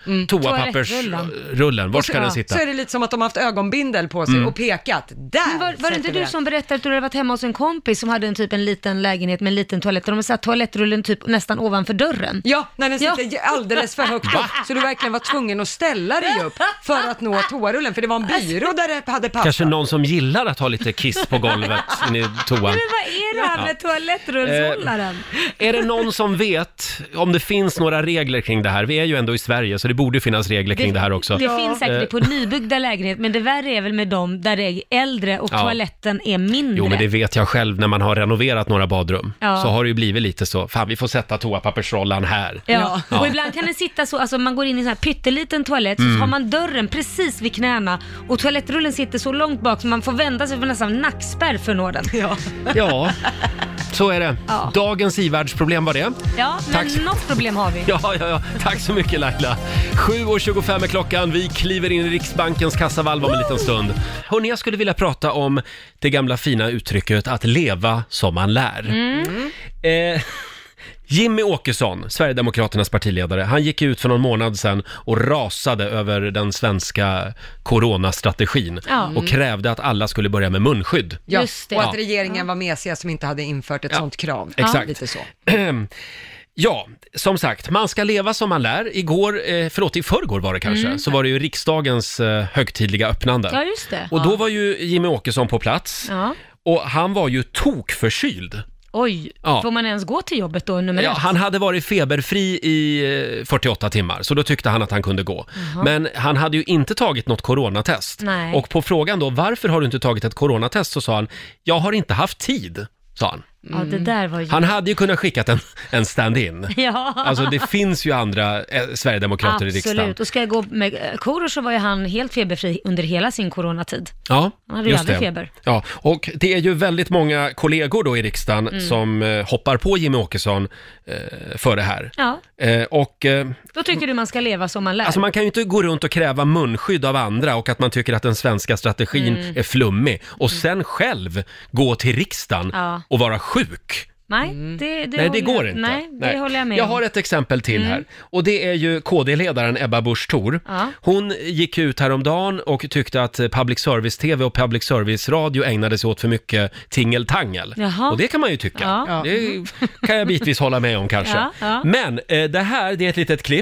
toapappersrullen, var ska den sitta? Så är det lite som att de har haft ögonbindel på sig och pekat, där var det inte du som berättade att du hade varit hemma hos en kompis som hade en liten lägenhet med en liten toalett och de har satt toalettrullen typ nästan ovanför dörren? Ja, när den sitter alldeles för högt upp, så du verkligen var tvungen att ställa dig upp för att nå toarullen, för det var en byrå där det hade passat. Kanske någon som gillar att ha lite kiss på golvet in i toan. Men vad är det här med toalettrullshållaren? Är det någon som vet om det finns några regler kring det här? Vi är ju ändå i Sverige, så det borde finnas regler kring det här också. Det finns säkert på nybyggda lägenheter, men det värre är väl med dem där det är äldre och toaletten är mindre. Jo, men det vet jag själv när man har renoverat några badrum. Så har det ju blivit lite så, fan vi får sätta toapappersrollan här. Ja. Och ibland kan det sitta så, alltså man går in i en sån här pytteliten toalett, så har man dörren precis vid knäna och toalettrullen sitter så långt bak så man får vända sig för nästan nackspärr för nåden. Ja, så är det. Ja. Dagens ivärldsproblem var det. Ja, men något problem har vi. Ja. Tack så mycket Laila. 7:25 är klockan. Vi kliver in i Riksbankens kassavalv om en liten stund. Hörrni, jag skulle vilja prata om det gamla fina uttrycket att leva som man lär. Jimmy Åkesson, Sverigedemokraternas partiledare, han gick ut för någon månad sedan och rasade över den svenska coronastrategin och krävde att alla skulle börja med munskydd. Ja, just det. Och att regeringen var mesiga som inte hade infört ett sånt krav. Exakt. Lite så. Ja, som sagt, man ska leva som man lär. I förrgår var det kanske, så var det ju riksdagens högtidliga öppnande. Ja, just det. Och då var ju Jimmy Åkesson på plats. Ja. Och han var ju tokförkyld. Oj, får man ens gå till jobbet då nummer 1? Han hade varit feberfri i 48 timmar, så då tyckte han att han kunde gå. Men han hade ju inte tagit något coronatest. Nej. Och på frågan då, varför har du inte tagit ett coronatest, så sa han, jag har inte haft tid, sa han. Ja, det där var ju... Han hade ju kunnat skickat en stand-in. Ja. Alltså det finns ju andra Sverigedemokrater i riksdagen. Absolut, och ska jag gå med Korosh så var ju han helt feberfri under hela sin coronatid. Ja, han hade just aldrig det. Feber. Ja, och det är ju väldigt många kollegor då i riksdagen som hoppar på Jimmy Åkesson för det här. Ja. Och då tycker du man ska leva som man lär. Alltså man kan ju inte gå runt och kräva munskydd av andra och att man tycker att den svenska strategin är flummig och sen själv gå till riksdagen och vara sjuk. Nej, det går inte. Nej, det håller jag med om. Jag har ett exempel till här. Och det är ju KD-ledaren Ebba Busch Thor. Hon gick ut häromdagen och tyckte att public service-tv och public service-radio ägnade sig åt för mycket tingeltangel. Jaha. Och det kan man ju tycka. Ja. Det kan jag bitvis hålla med om kanske. Ja. Men det här, det är ett litet klipp.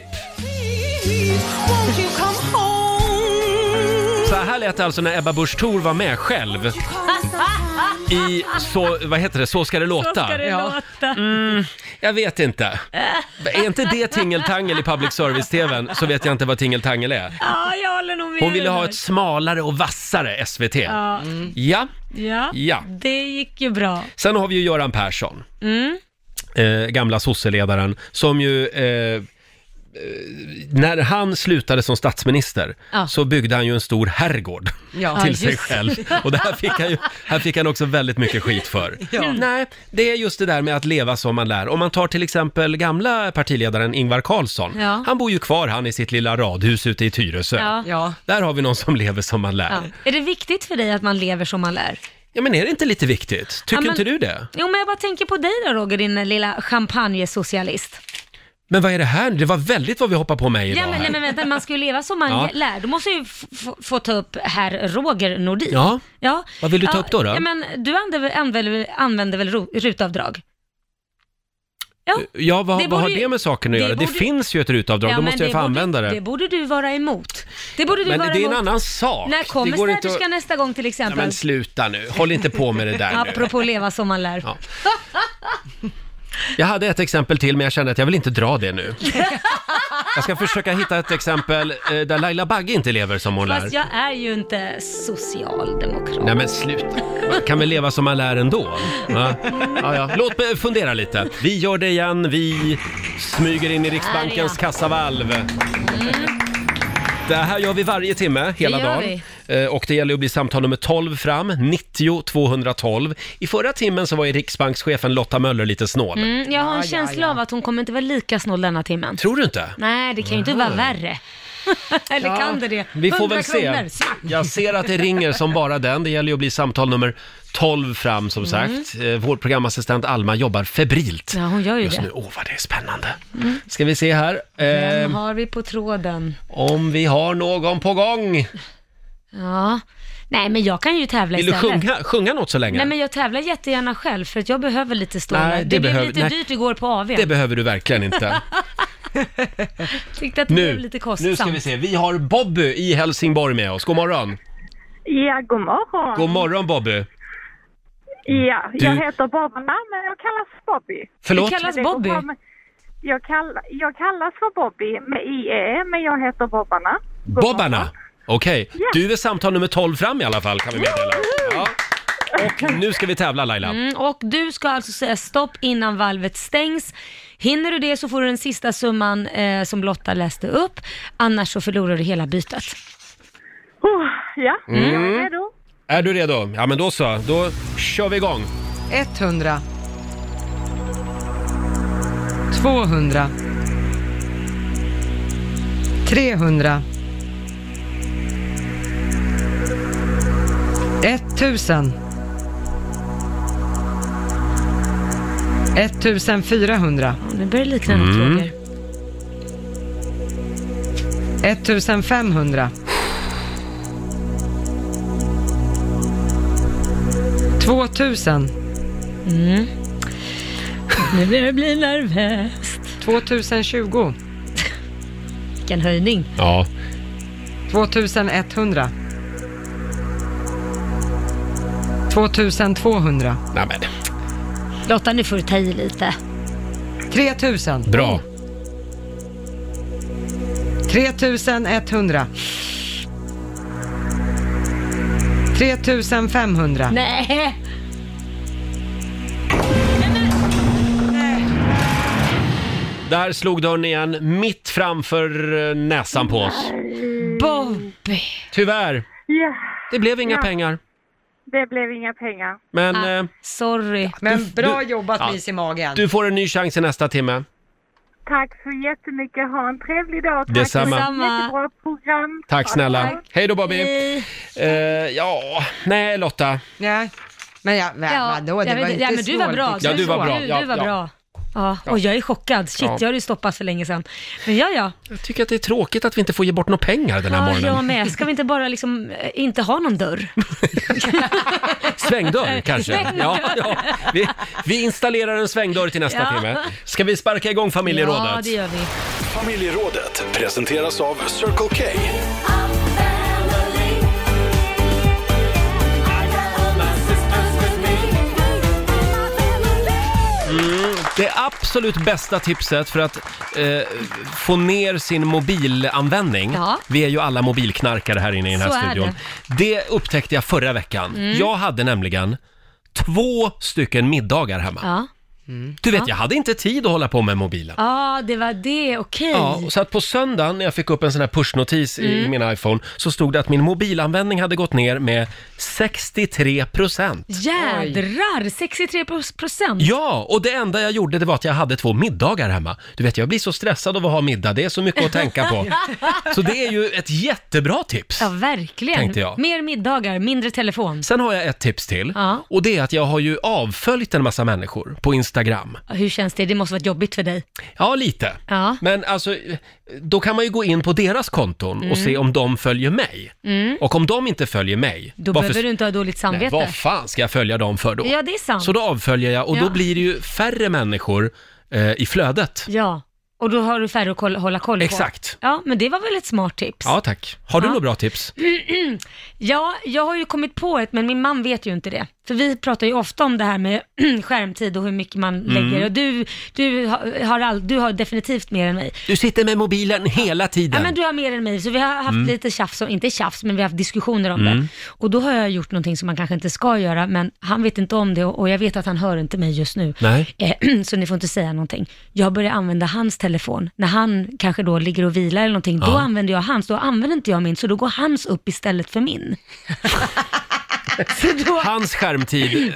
Så här lät det alltså när Ebba Busch Thor var med själv i Så ska det låta. Så ska det låta. Jag vet inte. Är inte det tingeltangel i public service-tvn, så vet jag inte vad tingeltangel är. Ja, jag håller nog med. Hon ville ha ett smalare och vassare SVT. Ja. Det gick ju bra. Sen har vi ju Göran Persson. Gamla sosseledaren som ju när han slutade som statsminister så byggde han ju en stor herrgård till sig själv. Och det här fick han också väldigt mycket skit för. Nej, det är just det där med att leva som man lär. Om man tar till exempel gamla partiledaren Ingvar Carlsson. Han bor ju kvar han i sitt lilla radhus ute i Tyresö. Där har vi någon som lever som man lär. Är det viktigt för dig att man lever som man lär? Ja, men är det inte lite viktigt? Tycker inte du det? Jo, men jag bara tänker på dig då, Roger, din lilla champagne-socialist. Men vad är det här? Det var väldigt vad vi hoppar på mig idag. Nej, men vänta, man ska ju leva som man lär. Då måste jag ju få ta upp herr Roger Nordin. Ja. Vad vill du ta upp då? Ja, men du använder väl rutavdrag? Vad har det med saken att göra? Det finns ju ett rutavdrag, då måste jag få använda det. Det borde du vara emot. Det borde du Men vara det är en emot. annan sak. När kommer det går städerskan inte nästa gång till exempel? Ja, men sluta nu. Håll inte på med det där nu. Apropå leva som man lär. Ja. Jag hade ett exempel till, men jag kände att jag vill inte dra det nu. Jag ska försöka hitta ett exempel där Laila Bagge inte lever som hon lär. Fast jag är ju inte socialdemokrat. Nej men sluta. Man kan väl leva som man lär ändå? Ja. Ja. Låt mig fundera lite. Vi gör det igen. Vi smyger in i Riksbankens kassavalv. Det här gör vi varje timme, hela dagen. Och det gäller att bli samtal nummer 12 fram, 90 212. I förra timmen så var ju riksbankschefen Lotta Möller lite snål. Jag har en känsla av att hon kommer inte vara lika snål denna timmen. Tror du inte? Nej, det kan ju inte vara värre. Eller kan det? Vi får 100 väl se. kronor. Jag ser att det ringer som bara den. Det gäller ju att bli samtal nummer 12 fram som sagt. Vår programassistent Alma jobbar febrilt. Ja, hon gör ju just det. nu. Vad det är spännande. Ska vi se här. Vem har vi på tråden? Om vi har någon på gång. Ja. Nej, men jag kan ju tävla Vill du istället. sjunga något så länge? Nej, men jag tävlar jättegärna själv för att jag behöver lite stålar. Nej, det blev lite dyrt igår på AW. Det behöver du verkligen inte. Tyckte att det blev lite kostsamt. Nu ska vi se. Vi har Bobby i Helsingborg med oss. God morgon. Ja, god morgon. God morgon Bobby. Ja, jag heter Bobbarna, men jag kallas Bobby. Förlåt? Du kallas Bobby? Jag kallas för Bobby med IE, men jag heter Bobbarna. Bobbarna? Okej. Ja. Du är samtal nummer 12 fram i alla fall, kan vi meddela. Ja. Och nu ska vi tävla, Laila. Och du ska alltså säga stopp innan valvet stängs. Hinner du det så får du den sista summan som Lotta läste upp. Annars så förlorar du hela bytet. Ja, jag är redo. Är du redo? Ja, men då så. Då kör vi igång. 100 200 300 1000 1400 Nu börjar det likna något, Roger. 1500 2000 Nu börjar det bli nervöst. 2020 Vilken höjning. Ja. 2100 2200 Nej, men. Lotta, nu får du ta i lite. 3000 Bra. 3100 3500 Nej. Där slog dörren igen mitt framför näsan på oss. Bobby. Tyvärr. Ja, Det blev inga pengar. det blev inga pengar. Men Sorry. Men bra du- jobbat, ja. Lis i magen. du får en ny chans i nästa timme. Tack så jättemycket. Ha en trevlig dag. Tack Detsamma. för ett jättebra program. Tack snälla. Tack. Hej då Bobby. Nej Lotta. Nej. Men vadå? Det var inte men du var bra. snålt. Ja, du var bra. Du var bra. Ja, och jag är chockad. Shit, Ja. jag har ju stoppat för länge sedan. Men ja. Jag tycker att det är tråkigt att vi inte får ge bort några pengar den här Ja, morgonen. jag med. Ska vi inte bara liksom inte ha någon dörr? Svängdörr kanske? Ja. Vi installerar en svängdörr till nästa timme. Ska vi sparka igång familjerådet? Ja, det gör vi. Familjerådet presenteras av Circle K. Det absolut bästa tipset för att få ner sin mobilanvändning. Ja. Vi är ju alla mobilknarkare här inne i den här Så är studion. Det upptäckte jag förra veckan. Jag hade nämligen 2 stycken middagar hemma. Ja. Du vet, jag hade inte tid att hålla på med mobilen. Ja, det var det. Okej. Ja, och så att på söndagen när jag fick upp en sån här pushnotis i min iPhone så stod det att min mobilanvändning hade gått ner med 63%. Jädrar, 63%. Ja, och det enda jag gjorde det var att jag hade 2 middagar hemma. Du vet, jag blir så stressad av att ha middag. Det är så mycket att tänka på. Så det är ju ett jättebra tips. Ja, verkligen. Tänkte jag. Mer middagar, mindre telefon. Sen har jag ett tips till. Ja. Och det är att jag har ju avföljt en massa människor på Instagram. Hur känns det? Det måste vara jobbigt för dig. Ja, lite. Ja. Men alltså, då kan man ju gå in på deras konton och se om de följer mig. Och om de inte följer mig... Då behöver du inte ha dåligt samvete. Nej, vad fan ska jag följa dem för då? Ja, det är sant. Så då avföljer jag och då blir det ju färre människor i flödet. Ja. Och då har du färre att hålla koll på. Exakt. Ja, men det var väl ett smart tips. Ja, tack. Har du några bra tips? Ja, jag har ju kommit på ett, men min man vet ju inte det. För vi pratar ju ofta om det här med skärmtid och hur mycket man lägger. Och du har definitivt mer än mig. Du sitter med mobilen hela tiden. Ja, men du har mer än mig. Så vi har haft lite tjafs, inte tjafs, men vi har haft diskussioner om det. Och då har jag gjort någonting som man kanske inte ska göra, men han vet inte om det och jag vet att han hör inte mig just nu. Nej. Så ni får inte säga någonting. Jag börjar använda hans telefon. När han kanske då ligger och vilar eller någonting, då använder jag hans. Då använder inte jag min, så då går hans upp istället för min. Hans skärmtid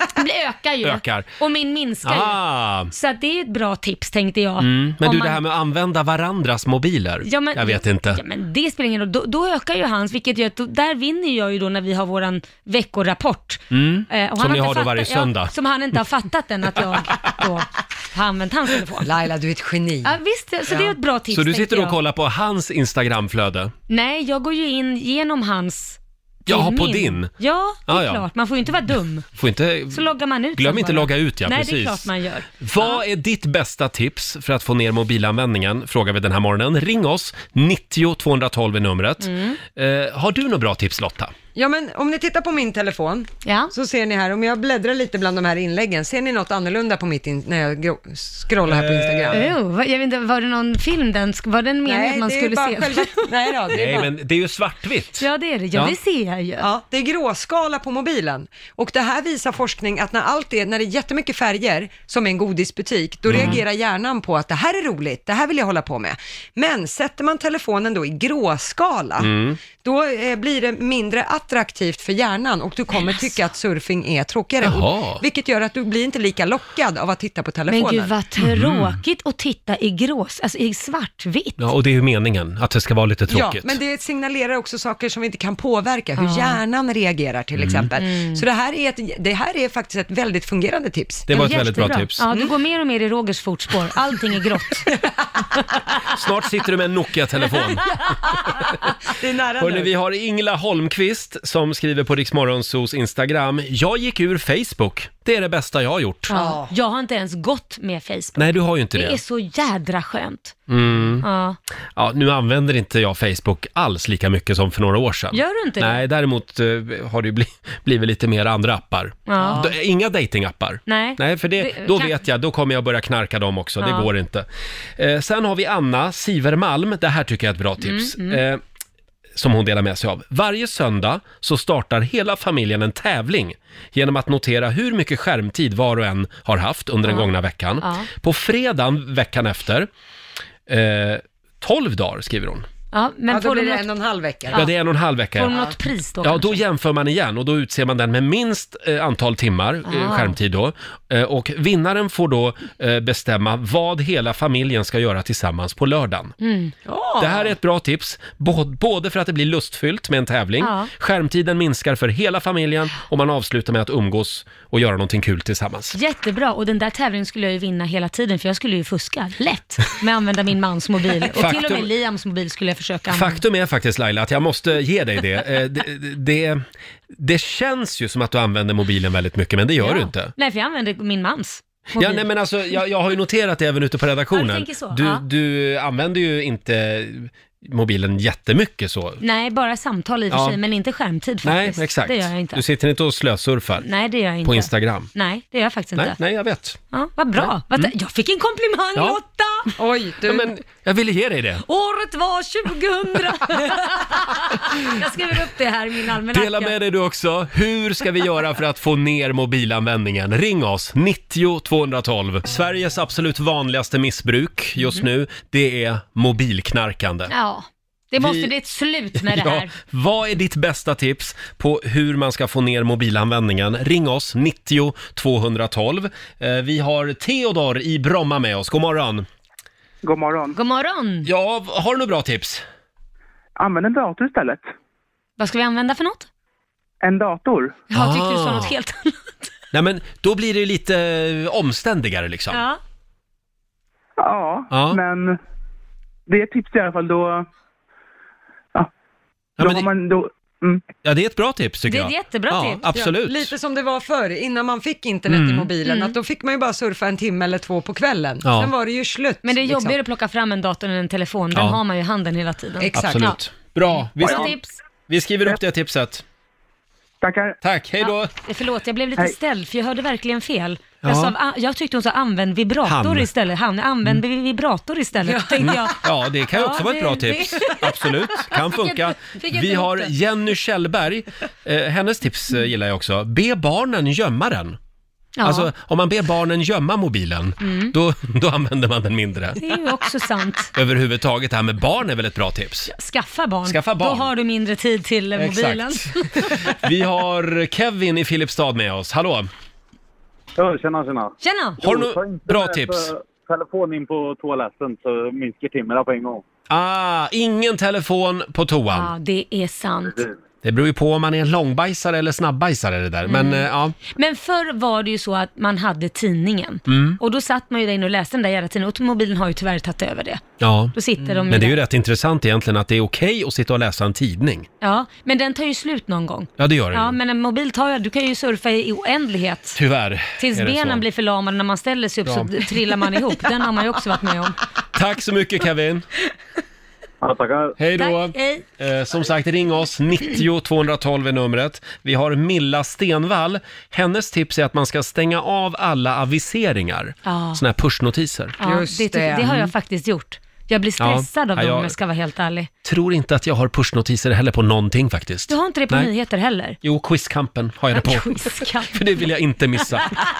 ökar. Och min minskar ju. Så att det är ett bra tips, tänkte jag. Men du, det här med att använda varandras mobiler, jag vet inte. Ja, men det spelar ingen roll. Då ökar ju hans, vilket gör att där vinner jag ju då när vi har våran veckorapport. Och som ni har då varje söndag. Ja, som han inte har fattat än att jag då har använt hans telefon. Laila, du är ett geni. Ja, visst, så det är ett bra tips. Så du sitter och kollar på hans Instagramflöde? Nej, jag går ju in genom hans. Ja, på din? Ja, det är klart. Man får ju inte vara dum. Så loggar man ut. Glöm inte logga ut, Nej, precis. det är klart man gör. Vad är ditt bästa tips för att få ner mobilanvändningen? Frågar vi den här morgonen. Ring oss, 90 212 är numret. Har du några bra tips, Lotta? Ja, men om ni tittar på min telefon så ser ni här, om jag bläddrar lite bland de här inläggen, ser ni något annorlunda på mitt när jag scrollar här på Instagram? Jag vet inte, var det någon film var den meningen att man skulle se? Nej, men det är ju svartvitt. Ja, det är det. Ja, det ser jag ju. Ja, det är gråskala på mobilen. Och det här visar forskning att när det är jättemycket färger, som en godisbutik, då reagerar hjärnan på att det här är roligt, det här vill jag hålla på med. Men sätter man telefonen då i gråskala, då blir det mindre attraktivt för hjärnan och du kommer tycka att surfing är tråkigare. Vilket gör att du blir inte lika lockad av att titta på telefonen. Men gud, vad tråkigt att titta i svartvitt. Ja, och det är ju meningen att det ska vara lite tråkigt. Ja, men det signalerar också saker som vi inte kan påverka, hur hjärnan reagerar till exempel. Så det här är faktiskt ett väldigt fungerande tips. Det var ett väldigt bra tips. Ja, du går mer och mer i Rogers fotspår. Allting är grått. Snart sitter du med en Nokia-telefon. Det är nära. Hörrni, vi har Ingela Holmqvist som skriver på Rix Morgonzos Instagram. Jag gick ur Facebook. Det är det bästa jag har gjort. Ja. Jag har inte ens gått med Facebook. Nej, du har ju inte det. Det är så jädra skönt. Ja, nu använder inte jag Facebook alls lika mycket som för några år sedan. Gör du inte det? Nej, däremot har det ju blivit lite mer andra appar. Inga datingappar. Nej, för då vet jag, då kommer jag börja knarka dem också. Det går inte. Sen har vi Anna Sivermalm. Det här tycker jag är ett bra tips. Som hon delar med sig av. Varje söndag så startar hela familjen en tävling genom att notera hur mycket skärmtid var och en har haft under den gångna veckan. På fredagen veckan efter 12 dagar skriver hon. Ja, men då blir det 1,5 vecka. Ja, det är 1,5 vecka. Får du något pris då? Ja, då jämför man igen och då utser man den med minst antal timmar skärmtid då. Och vinnaren får då bestämma vad hela familjen ska göra tillsammans på lördagen. Det här är ett bra tips, både för att det blir lustfyllt med en tävling. Skärmtiden minskar för hela familjen och man avslutar med att umgås och göra någonting kul tillsammans. Jättebra, och den där tävlingen skulle jag ju vinna hela tiden, för jag skulle ju fuska lätt med att använda min mans mobil. Och till och med Liams mobil skulle jag försöka använda. Faktum är faktiskt, Laila, att jag måste ge dig det. Det känns ju som att du använder mobilen väldigt mycket, men det gör du inte. Nej, för jag använder min mans mobil. Ja, nej, men alltså, jag har ju noterat det även ute på redaktionen. Så, du använder ju inte mobilen jättemycket så. Nej, bara samtal i och för sig, men inte skärmtid faktiskt. Nej, exakt. Det gör jag inte. Du sitter inte och slösurfar. Nej, det gör jag inte. På Instagram. Nej, det gör jag faktiskt inte. Nej, jag vet. Ja, vad bra. Jag fick en komplimang, Lotta! Oj, du. Ja, men jag ville ge dig det. Året var 2000. Jag skriver upp det här i min almanacka. Dela med dig du också. Hur ska vi göra för att få ner mobilanvändningen? Ring oss, 90 212. Sveriges absolut vanligaste missbruk just nu, det är mobilknarkande. Ja. Det måste bli ett slut med det här. Vad är ditt bästa tips på hur man ska få ner mobilanvändningen? Ring oss, 90 212. Vi har Theodor i Bromma med oss. God morgon. God morgon. God morgon. Ja, har du några bra tips? Använd en dator istället. Vad ska vi använda för något? En dator. Jag tyckte du sa något helt annat. Nej, men då blir det lite omständigare liksom. Ja, men det är ett tips i alla fall då... Ja, då Ja, det är ett bra tips tycker jag. Det är ett jättebra tips. Absolut. Ja, lite som det var förr, innan man fick internet i mobilen, att då fick man ju bara surfa 1 timme eller 2 på kvällen. Ja. Sen var det ju slut. Men det är jobbigare att plocka fram en dator än en telefon. Den har man ju i handen hela tiden. Exakt. Absolut. Bra. Bra tips. Vi skriver upp det tipset. Tackar. Tack, hej då. Förlåt, jag blev lite ställd för jag hörde verkligen fel. Ja. Jag tyckte hon sa använd vibrator istället. Använd vibrator istället, tänkte jag. Ja, det kan ju också vara ett bra tips. Absolut, kan funka. Vi har Jenny Kjellberg. Hennes tips gillar jag också. Be barnen gömma den. Ja. Alltså, om man ber barnen gömma mobilen, då använder man den mindre. Det är ju också sant. Överhuvudtaget, det här med barn är väl ett bra tips? Skaffa barn. Skaffa barn. Då har du mindre tid till mobilen. Vi har Kevin i Filipstad med oss. Hallå! Ja, tjena. Har du bra tips? Telefon in på toaletten så minskar timmarna på en gång. Ingen telefon på toan. Ja, det är sant. Det beror ju på om man är en långbajsare eller snabbbajsare det där. Men ja. Men förr var det ju så att man hade tidningen. Och då satt man ju där inne och läste den där jävla tidningen. Och mobilen har ju tyvärr tagit över det. Ja. Då sitter de Men det är ju där. rätt intressant egentligen att det är okej att sitta och läsa en tidning. Ja, men den tar ju slut någon gång. Ja, det gör det. Ja, men en mobil du kan ju surfa i oändlighet. Tyvärr. Tills är det benen så. blir förlamade när man ställer sig upp så trillar man ihop. Den har man ju också varit med om. Tack så mycket Kevin. Ja, tackar. Hej då. Tack, hej. Som sagt, ring oss. 90 212 är numret. Vi har Milla Stenvall. Hennes tips är att man ska stänga av alla aviseringar. Ja. Såna här pushnotiser. Ja, Just det har jag faktiskt gjort. Jag blir stressad av dem jag om jag ska vara helt ärlig. Tror inte att jag har pushnotiser heller på någonting faktiskt. Du har inte det på Nej. nyheter heller? Jo, Quizkampen har jag det på. Quizkamp. För det vill jag inte missa.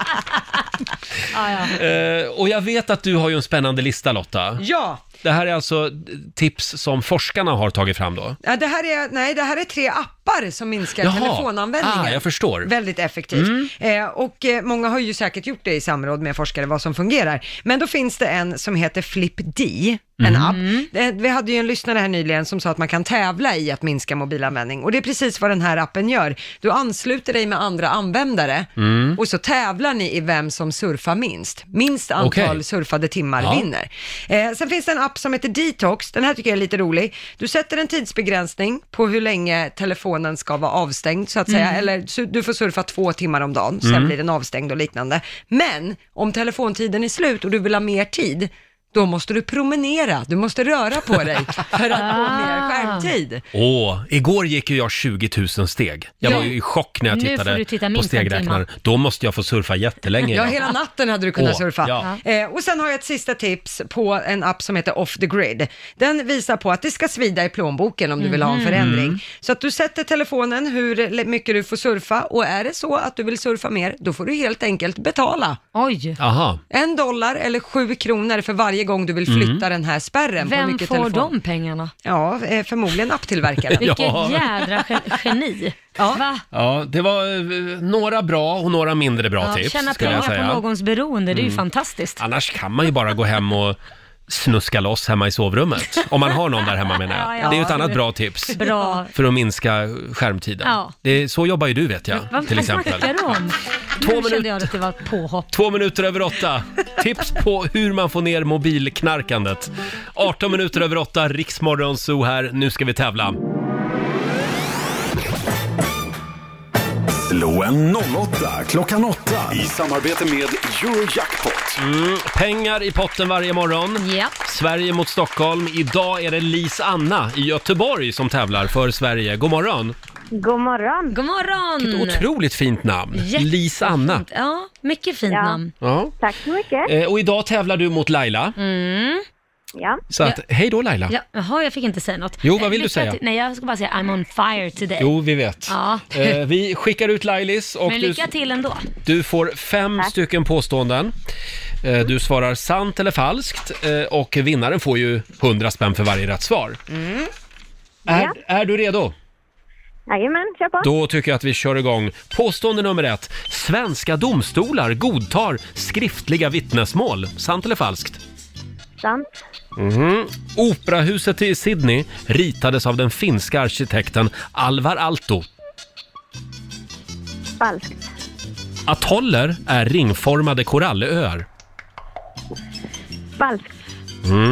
Och jag vet att du har ju en spännande lista, Lotta. Ja. Det här är alltså tips som forskarna har tagit fram då? Ja, det här är 3 appar som minskar telefonanvändningen. Jag förstår. Väldigt effektivt. Och många har ju säkert gjort det i samråd med forskare vad som fungerar. Men då finns det en som heter FlipD, en app. Vi hade ju en lyssnare här nyligen som sa att man kan tävla i att minska mobilanvändning. Och det är precis vad den här appen gör. Du ansluter dig med andra användare och så tävlar ni i vem som surfar minst. Minst antal surfade timmar vinner. Sen finns det en app som heter Detox. Den här tycker jag är lite rolig. Du sätter en tidsbegränsning på hur länge telefonen ska vara avstängd så att säga. Eller du får surfa 2 timmar om dagen. Sen blir den avstängd och liknande. Men om telefontiden är slut och du vill ha mer tid, då måste du promenera, du måste röra på dig för att få mer skärmtid. Igår gick ju jag 20 000 steg. Jag var ju i chock när jag Nu får du titta tittade på minst en stegräknaren. Då måste jag få surfa jättelänge. Ja, hela natten hade du kunnat surfa. Ja. Och sen har jag ett sista tips på en app som heter Off the Grid. Den visar på att det ska svida i plånboken om du vill ha en förändring. Så att du sätter telefonen hur mycket du får surfa och är det så att du vill surfa mer, då får du helt enkelt betala. Oj. Aha. $1 eller 7 kronor för varje gång du vill flytta den här spärren. Vem på mycket får telefon. de pengarna? Ja, förmodligen apptillverkaren. Vilket jädra geni. Va? Ja, det var några bra och några mindre bra tips. Tjäna skulle jag pengar säga. på någons beroende, det är ju fantastiskt. Annars kan man ju bara gå hem och snuska loss hemma i sovrummet. Om man har någon där hemma menar jag. Ja, Det är ju ett annat bra tips. Bra. För att minska skärmtiden. Ja. Så jobbar ju du vet jag, Vad till exempel. snackar du om? Nu kände jag att det var ett påhopp. 2 minuter över 8. Tips på hur man får ner mobilknarkandet. 18 minuter över 8, Riksmorgon Zoo här. Nu ska vi tävla. Slå en 08 klockan 8 i samarbete med Eurojackpot. Pengar i potten varje morgon. Ja. Sverige mot Stockholm. Idag är det Lis-Anna i Göteborg som tävlar för Sverige. God morgon. God morgon. God morgon. Ett otroligt fint namn. Jättefint. Lis-Anna. Ja, mycket fint namn. Ja. Tack så mycket. Och idag tävlar du mot Laila. Ja. Så att, hej då Laila. Ja, jaha, jag fick inte säga något. Jo, vad vill du Lycka säga? Nej, jag ska bara säga I'm on fire today. Jo, vi vet. Ja. Vi skickar ut Lailis och Men lycka till ändå. du får 5 stycken påståenden. Du svarar sant eller falskt och vinnaren får ju 100 spänn för varje rätt svar. Är du redo? Jajamän, kör på. Då tycker jag att vi kör igång. Påstående nummer 1. Svenska domstolar godtar skriftliga vittnesmål. Sant eller falskt? Sant. Operahuset i Sydney ritades av den finska arkitekten Alvar Aalto. Falskt. Atoller är ringformade korallöar. Falskt.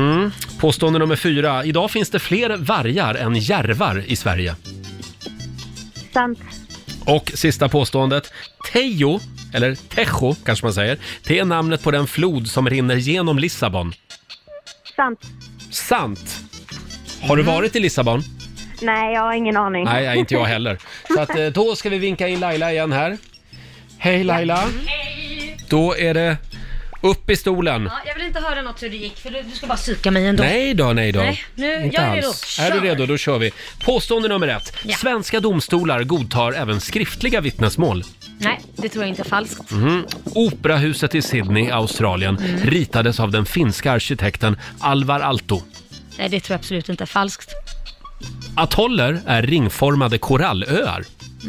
Påstående nummer 4. Idag finns det fler vargar än järvar i Sverige. Sant. Och sista påståendet. Tejo, eller Tejo kanske man säger, det är namnet på den flod som rinner genom Lissabon. Sant. Sant. Har du varit i Lissabon? Nej, jag har ingen aning. Nej, inte jag heller. Så att, då ska vi vinka in Laila igen här. Hej Laila. Hej! Då är det upp i stolen. Ja, jag vill inte höra något hur det gick, för du ska bara psyka mig ändå. Nej då. Nej, nu, Inte jag är alls. redo. Kör. Är du redo? Då kör vi. Påstående nummer 1. Ja. Svenska domstolar godtar även skriftliga vittnesmål. Nej, det tror jag inte är falskt. Operahuset i Sydney, Australien, ritades av den finska arkitekten Alvar Aalto. Nej, det tror jag absolut inte är falskt. Atoller är ringformade korallöar.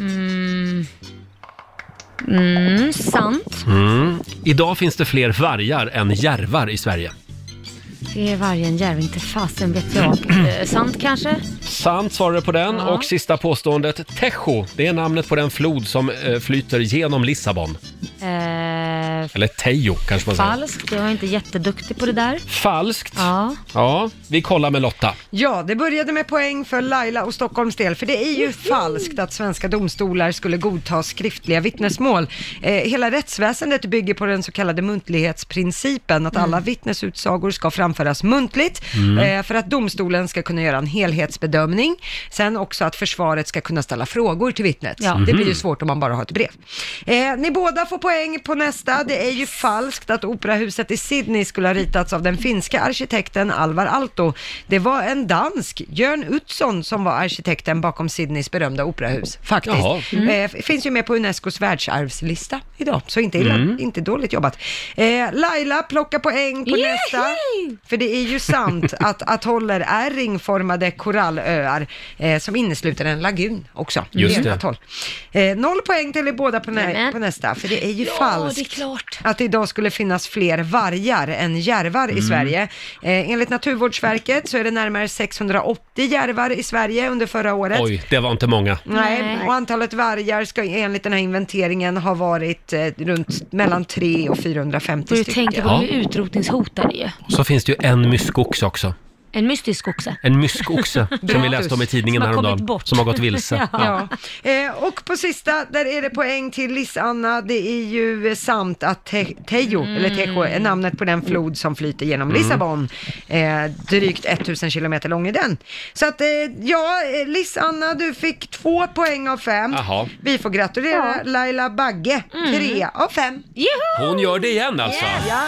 Sant. Idag finns det fler vargar än järvar i Sverige. Det är vargen järv, inte fasen vet jag. Sant kanske? Sant svarar på den. Ja. Och sista påståendet. Tejo, det är namnet på den flod som flyter genom Lissabon. Eller Tejo kanske man säger. Falskt, jag är inte jätteduktig på det där. Falskt. Ja. Ja, vi kollar med Lotta. Ja, det började med poäng för Laila och Stockholms del, för det är ju falskt att svenska domstolar skulle godta skriftliga vittnesmål. Hela rättsväsendet bygger på den så kallade muntlighetsprincipen, att alla vittnesutsagor ska framföras muntligt för att domstolen ska kunna göra en helhetsbedömning. Sen också att försvaret ska kunna ställa frågor till vittnet. Ja. Det blir ju svårt om man bara har ett brev. Ni båda får poäng på nästa. Det är ju falskt att operahuset i Sydney skulle ha ritats av den finska arkitekten Alvar Aalto. Det var en dansk, Jörn Utzon, som var arkitekten bakom Sydneys berömda operahus. Faktiskt. Finns ju med på Unescos världsarvslista idag, så inte dåligt jobbat. Laila plockar poäng på nästa. För det är ju sant att atoller är ringformade korallöar som innesluter en lagun också. Just det. Atoll. 0 poäng till er båda på nästa, för det är ju falskt det är klart. att det idag skulle finnas fler vargar än järvar i Sverige. Enligt Naturvårdsverket så är det närmare 680 järvar i Sverige under förra året. Oj, det var inte många. Nej, och antalet vargar ska enligt den här inventeringen ha varit runt mellan 300 och 450 Får du stycken. tänka på att de är utrotningshotade ju. Så finns det ju en myskoxe också. En mystisk oxe. En myskoxe som vi läste om i tidningen Som har kommit häromdagen. bort. Som har gått vilse. Ja. Och på sista, där är det poäng till Lisanna. Det är ju sant att Tejo är namnet på den flod som flyter genom Lissabon. Drygt 1000 kilometer lång är den. Så att, Lisanna, du fick 2 poäng av 5. Jaha. Vi får gratulera Laila Bagge, 3 av 5. Hon gör det igen alltså. Ja.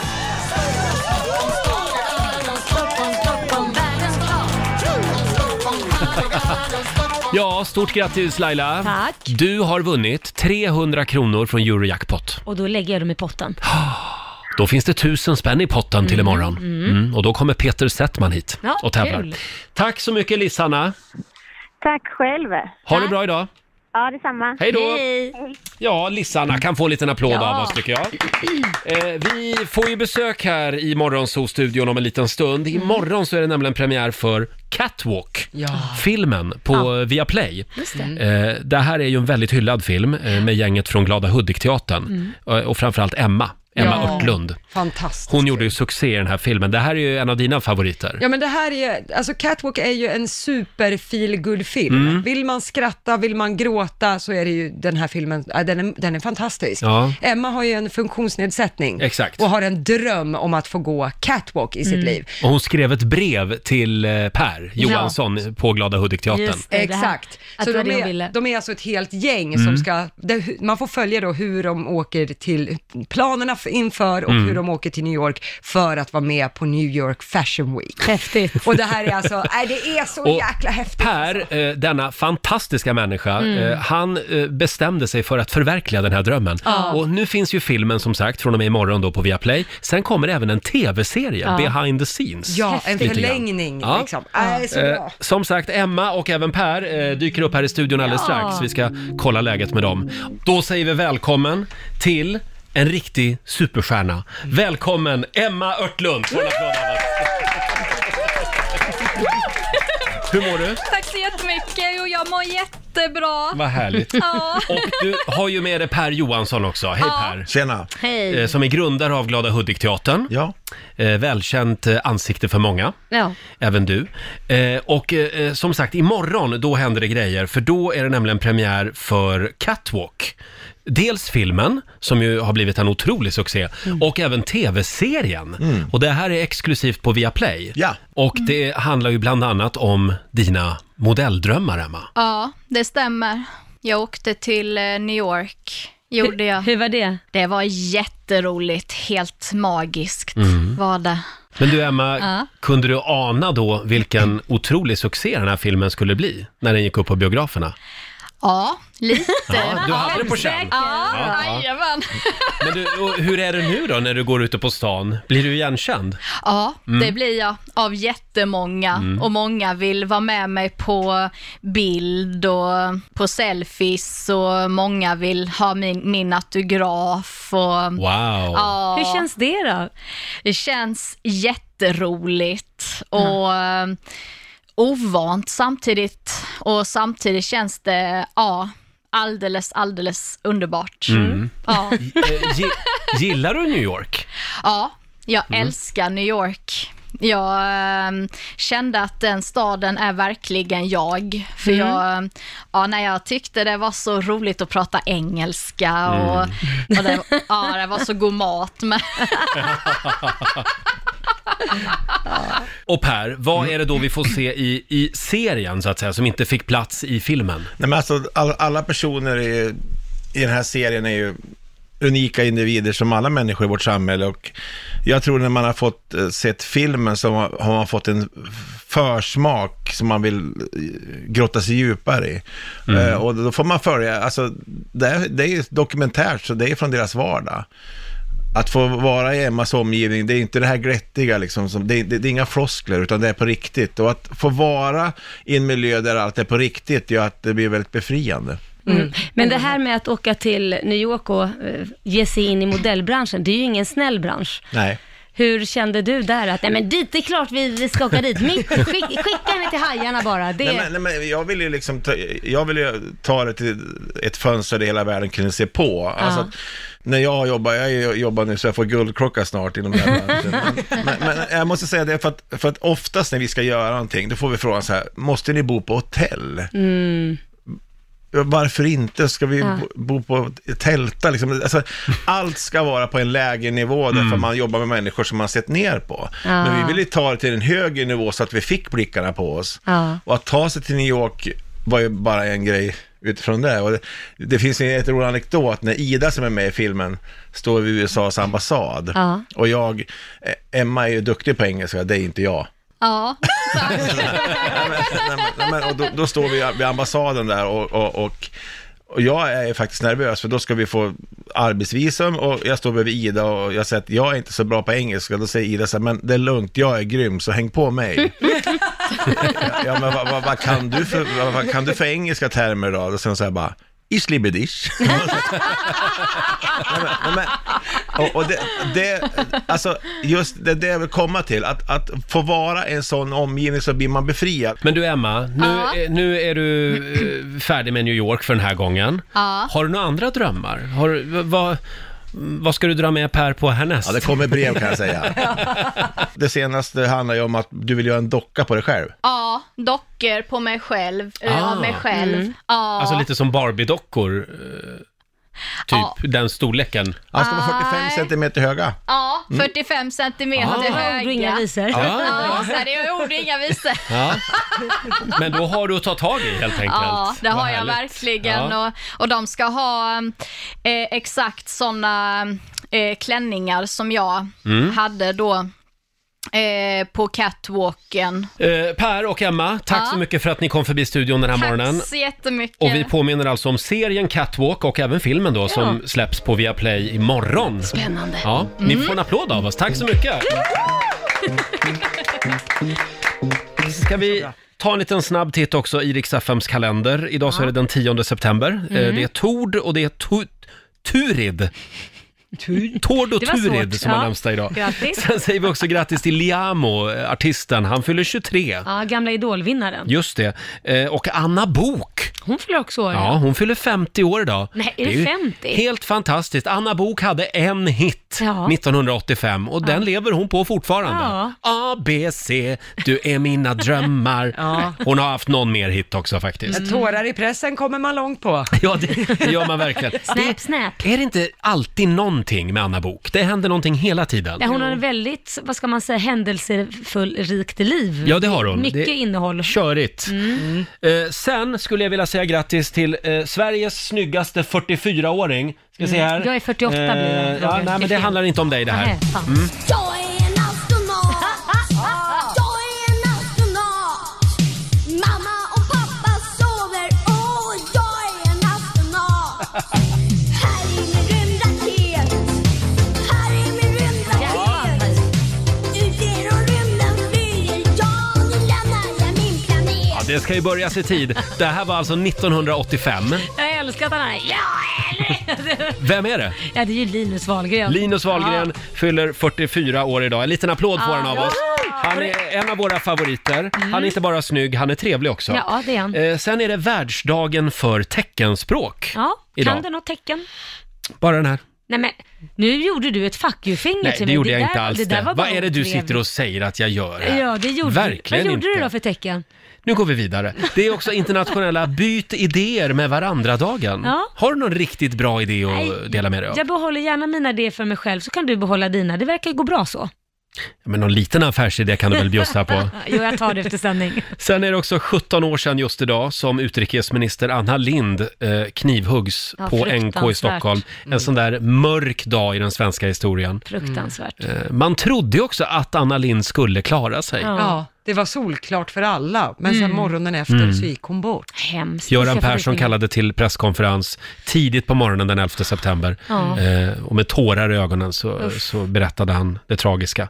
Ja, stort grattis Laila. Tack. Du har vunnit 300 kronor från Eurojackpot. Och då lägger jag dem i potten. Då finns det 1000 spänn i potten till imorgon. Och då kommer Peter Settman hit Ja, och tävlar. kul. Tack så mycket Lisanna. Tack själv. Ha det bra idag. Ja, detsamma. Hej då. Hej. Ja, Lisanna kan få en liten applåd Ja. av oss tycker jag. Vi får ju besök här i Morgonzoo-studion om en liten stund. Imorgon så är det nämligen premiär för Catwalk, filmen på Viaplay. Just det. Det här är ju en väldigt hyllad film med gänget från Glada Hudik-teatern och framförallt Emma Örtlund. Fantastiskt. Hon gjorde ju succé i den här filmen. Det här är ju en av dina favoriter. Ja, men det här är, alltså Catwalk är ju en super feel-good film. Vill man skratta, vill man gråta, så är det ju den här filmen, den är fantastisk. Ja. Emma har ju en funktionsnedsättning. Exakt. Och har en dröm om att få gå catwalk i sitt liv. Och hon skrev ett brev till Per Johansson på Glada Hudik-teatern. Just det, Exakt. att Så det var det hon de ville. är alltså ett helt gäng som ska, man får följa då hur de åker till planerna inför och hur de åker till New York för att vara med på New York Fashion Week. Häftigt. Och det här är alltså, det är så Och jäkla häftigt. Per, denna fantastiska människa, han bestämde sig för att förverkliga den här drömmen. Och nu finns ju filmen som sagt från och med imorgon då på Viaplay. Sen kommer även en tv-serie, Behind the Scenes. Ja, en Lite grann. förlängning Ja. liksom. Så bra. Som sagt, Emma och även Per dyker upp här i studion alldeles strax. Vi ska kolla läget med dem. Då säger vi välkommen till en riktig superstjärna. Välkommen Emma Örtlund. Får en applåd av oss. Hur mår du? Tack så jättemycket och jag mår jättebra. Vad härligt. Ja. Och du har ju med dig Per Johansson också. Hej Per. Tjena. Hej. Som är grundare av Glada Hudik-teatern. Ja. Välkänt ansikte för många. Ja. Även du. Och som sagt, imorgon då händer det grejer. För då är det nämligen premiär för Catwalk. Dels filmen, som ju har blivit en otrolig succé, och även tv-serien. Och det här är exklusivt på Viaplay. Ja. Och det handlar ju bland annat om dina modelldrömmar, Emma. Ja, det stämmer. Jag åkte till New York. Gjorde jag. Hur var det? Det var jätteroligt. Helt magiskt var det. Men du Emma, kunde du ana då vilken otrolig succé den här filmen skulle bli när den gick upp på biograferna? Ja, lite. Ja, du hade det på känn. Ja, jajamän. Men du, och hur är det nu då när du går ute på stan? Blir du igenkänd? Ja, det blir jag av jättemånga. Och många vill vara med mig på bild och på selfies. Och många vill ha min autograf. Och, Wow! ja, Hur känns det då? det känns jätteroligt och ovant samtidigt. Och samtidigt känns det alldeles underbart. Ja. Gillar du New York? Ja, jag älskar New York. Jag kände att den staden är verkligen jag. För när jag tyckte det var så roligt att prata engelska och det var så god mat med. Och Per, vad är det då vi får se i serien så att säga, som inte fick plats i filmen? Nej, men alltså, alla personer i den här serien är ju unika individer som alla människor i vårt samhälle, och jag tror när man har fått sett filmen så har man fått en försmak som man vill grotta sig djupare i. Och då får man följa, alltså det är ju dokumentärt, så det är från deras vardag. Att få vara i Emmas omgivning, det är inte det här glättiga liksom, det är inga floskler, utan det är på riktigt. Och att få vara i en miljö där allt är på riktigt gör att det blir väldigt befriande. Men det här med att åka till New York och ge sig in i modellbranschen, det är ju ingen snäll bransch. Nej. Hur kände du där? Att nej, men dit, det är klart vi ska åka dit. Skicka henne till hajarna bara. Det... Nej, men jag vill ju liksom ta det till ett fönster där hela världen kunde se på. Alltså att, när jag jobbar nu så jag får guldklocka snart inom den här branschen. Men jag måste säga det, för att oftast när vi ska göra någonting, då får vi frågan så här: måste ni bo på hotell? Varför inte? Ska vi bo på tälta? Liksom? Alltså, allt ska vara på en lägre nivå därför man jobbar med människor som man sett ner på. Men vi ville ta det till en högre nivå så att vi fick blickarna på oss. Och att ta sig till New York var ju bara en grej utifrån det. Och det finns ett rolig anekdot när Ida som är med i filmen står vid USAs ambassad. Och Emma är ju duktig på engelska, det är inte jag. Ja, och då står vi vid ambassaden där och jag är faktiskt nervös, för då ska vi få arbetsvisum och jag står bredvid Ida och jag säger att jag är inte så bra på engelska. Då säger Ida så här: men det är lugnt, jag är grym, så häng på mig. Ja, men vad kan du för engelska termer då? Och sen så här bara Islibidish. Och det alltså just det jag vill komma till, att få vara en sån omgivning så blir man befriad. Men du Emma, nu är du färdig med New York för den här gången. Har du några andra drömmar? Vad ska du dra med Per på härnäst? Ja, det kommer brev kan jag säga. Det senaste handlar ju om att du vill göra en docka på dig själv. Ja, dockor på mig själv. Av mig själv. Alltså lite som Barbie-dockor. Typ den storleken. Han ska vara 45 centimeter höga. Ja, 45 centimeter höga. Ord och inga visor. Ja, det är ord och inga visor. Men då har du att ta tag i helt enkelt. Ja, det har jag verkligen. Och de ska ha exakt sådana klänningar som jag hade då på catwalken. Per och Emma, tack så mycket för att ni kom förbi studion den här morgonen. Tack så jättemycket. Och vi påminner alltså om serien Catwalk och även filmen då som släpps på Viaplay imorgon. Spännande. Ja, ni får en applåd av oss. Tack så mycket. Ska vi ta en liten snabb titt också i Rix FMs kalender. Idag så är det den 10 september. Det är Tord och det är Turid. Tord och Turid som har namnsdag idag. Grattis. Sen säger vi också grattis till Liamo, artisten. Han fyller 23. Ja, gamla idolvinnaren. Just det. Och Anna Bok. Hon fyller också år. Ja, hon fyller 50 år idag. Nej, är det 50? Helt fantastiskt. Anna Bok hade en hit 1985 och den lever hon på fortfarande. Ja. A, B, C, du är mina drömmar. Hon har haft någon mer hit också faktiskt. Tårar i pressen kommer man långt på. Ja, det gör man verkligen. Snap. Är det inte alltid någonting med Anna Bok? Det händer någonting hela tiden. Ja, hon har en väldigt, vad ska man säga, händelsefull-rikt liv. Ja, det har hon. Mycket innehåll. Körigt. Sen skulle jag vilja säga grattis till Sveriges snyggaste 44-åring. Ska se här. Jag är 48 blir det. Ja, nej, men det handlar inte om dig det här. Mamma och pappa sover och jag är en astronaut. Här är min rymdraket. Här är min rymdraket. Ut genom rymden flyger jag. Nu lämnar jag min planet. Ja, det ska ju börjas i tid. Det här var alltså 1985. Jag älskar den här. Vem är det? Ja, det är ju Linus Wahlgren. Linus Wahlgren fyller 44 år idag. En liten applåd får han av oss. Han är en av våra favoriter. Han är inte bara snygg, han är trevlig också. Ja, det är han. Sen är det världsdagen för teckenspråk. Ja, idag. kan du något tecken? Bara den här. Nej, men nu gjorde du ett fuck you-finger till mig. Nej, det gjorde jag inte alls det. Vad är det du sitter och säger att jag gör här? Ja, det gjorde Verkligen du. Vad gjorde inte. du då för tecken? Nu går vi vidare. Det är också internationella byt idéer med varandra-dagen. Ja. Har du någon riktigt bra idé att dela med dig av? Jag behåller gärna mina idéer för mig själv, så kan du behålla dina. Det verkar gå bra så. Men någon liten affärsidé kan du väl bjussa på? Jo, jag tar det efter sändning. Sen är det också 17 år sedan just idag som utrikesminister Anna Lindh knivhuggs på NK i Stockholm. En sån där mörk dag i den svenska historien. Fruktansvärt. Man trodde ju också att Anna Lindh skulle klara sig. Ja, det var solklart för alla. Men sen morgonen efter så gick hon bort. Hemskt. Göran Persson kallade till presskonferens tidigt på morgonen den 11 september. Och med tårar i ögonen så berättade han det tragiska.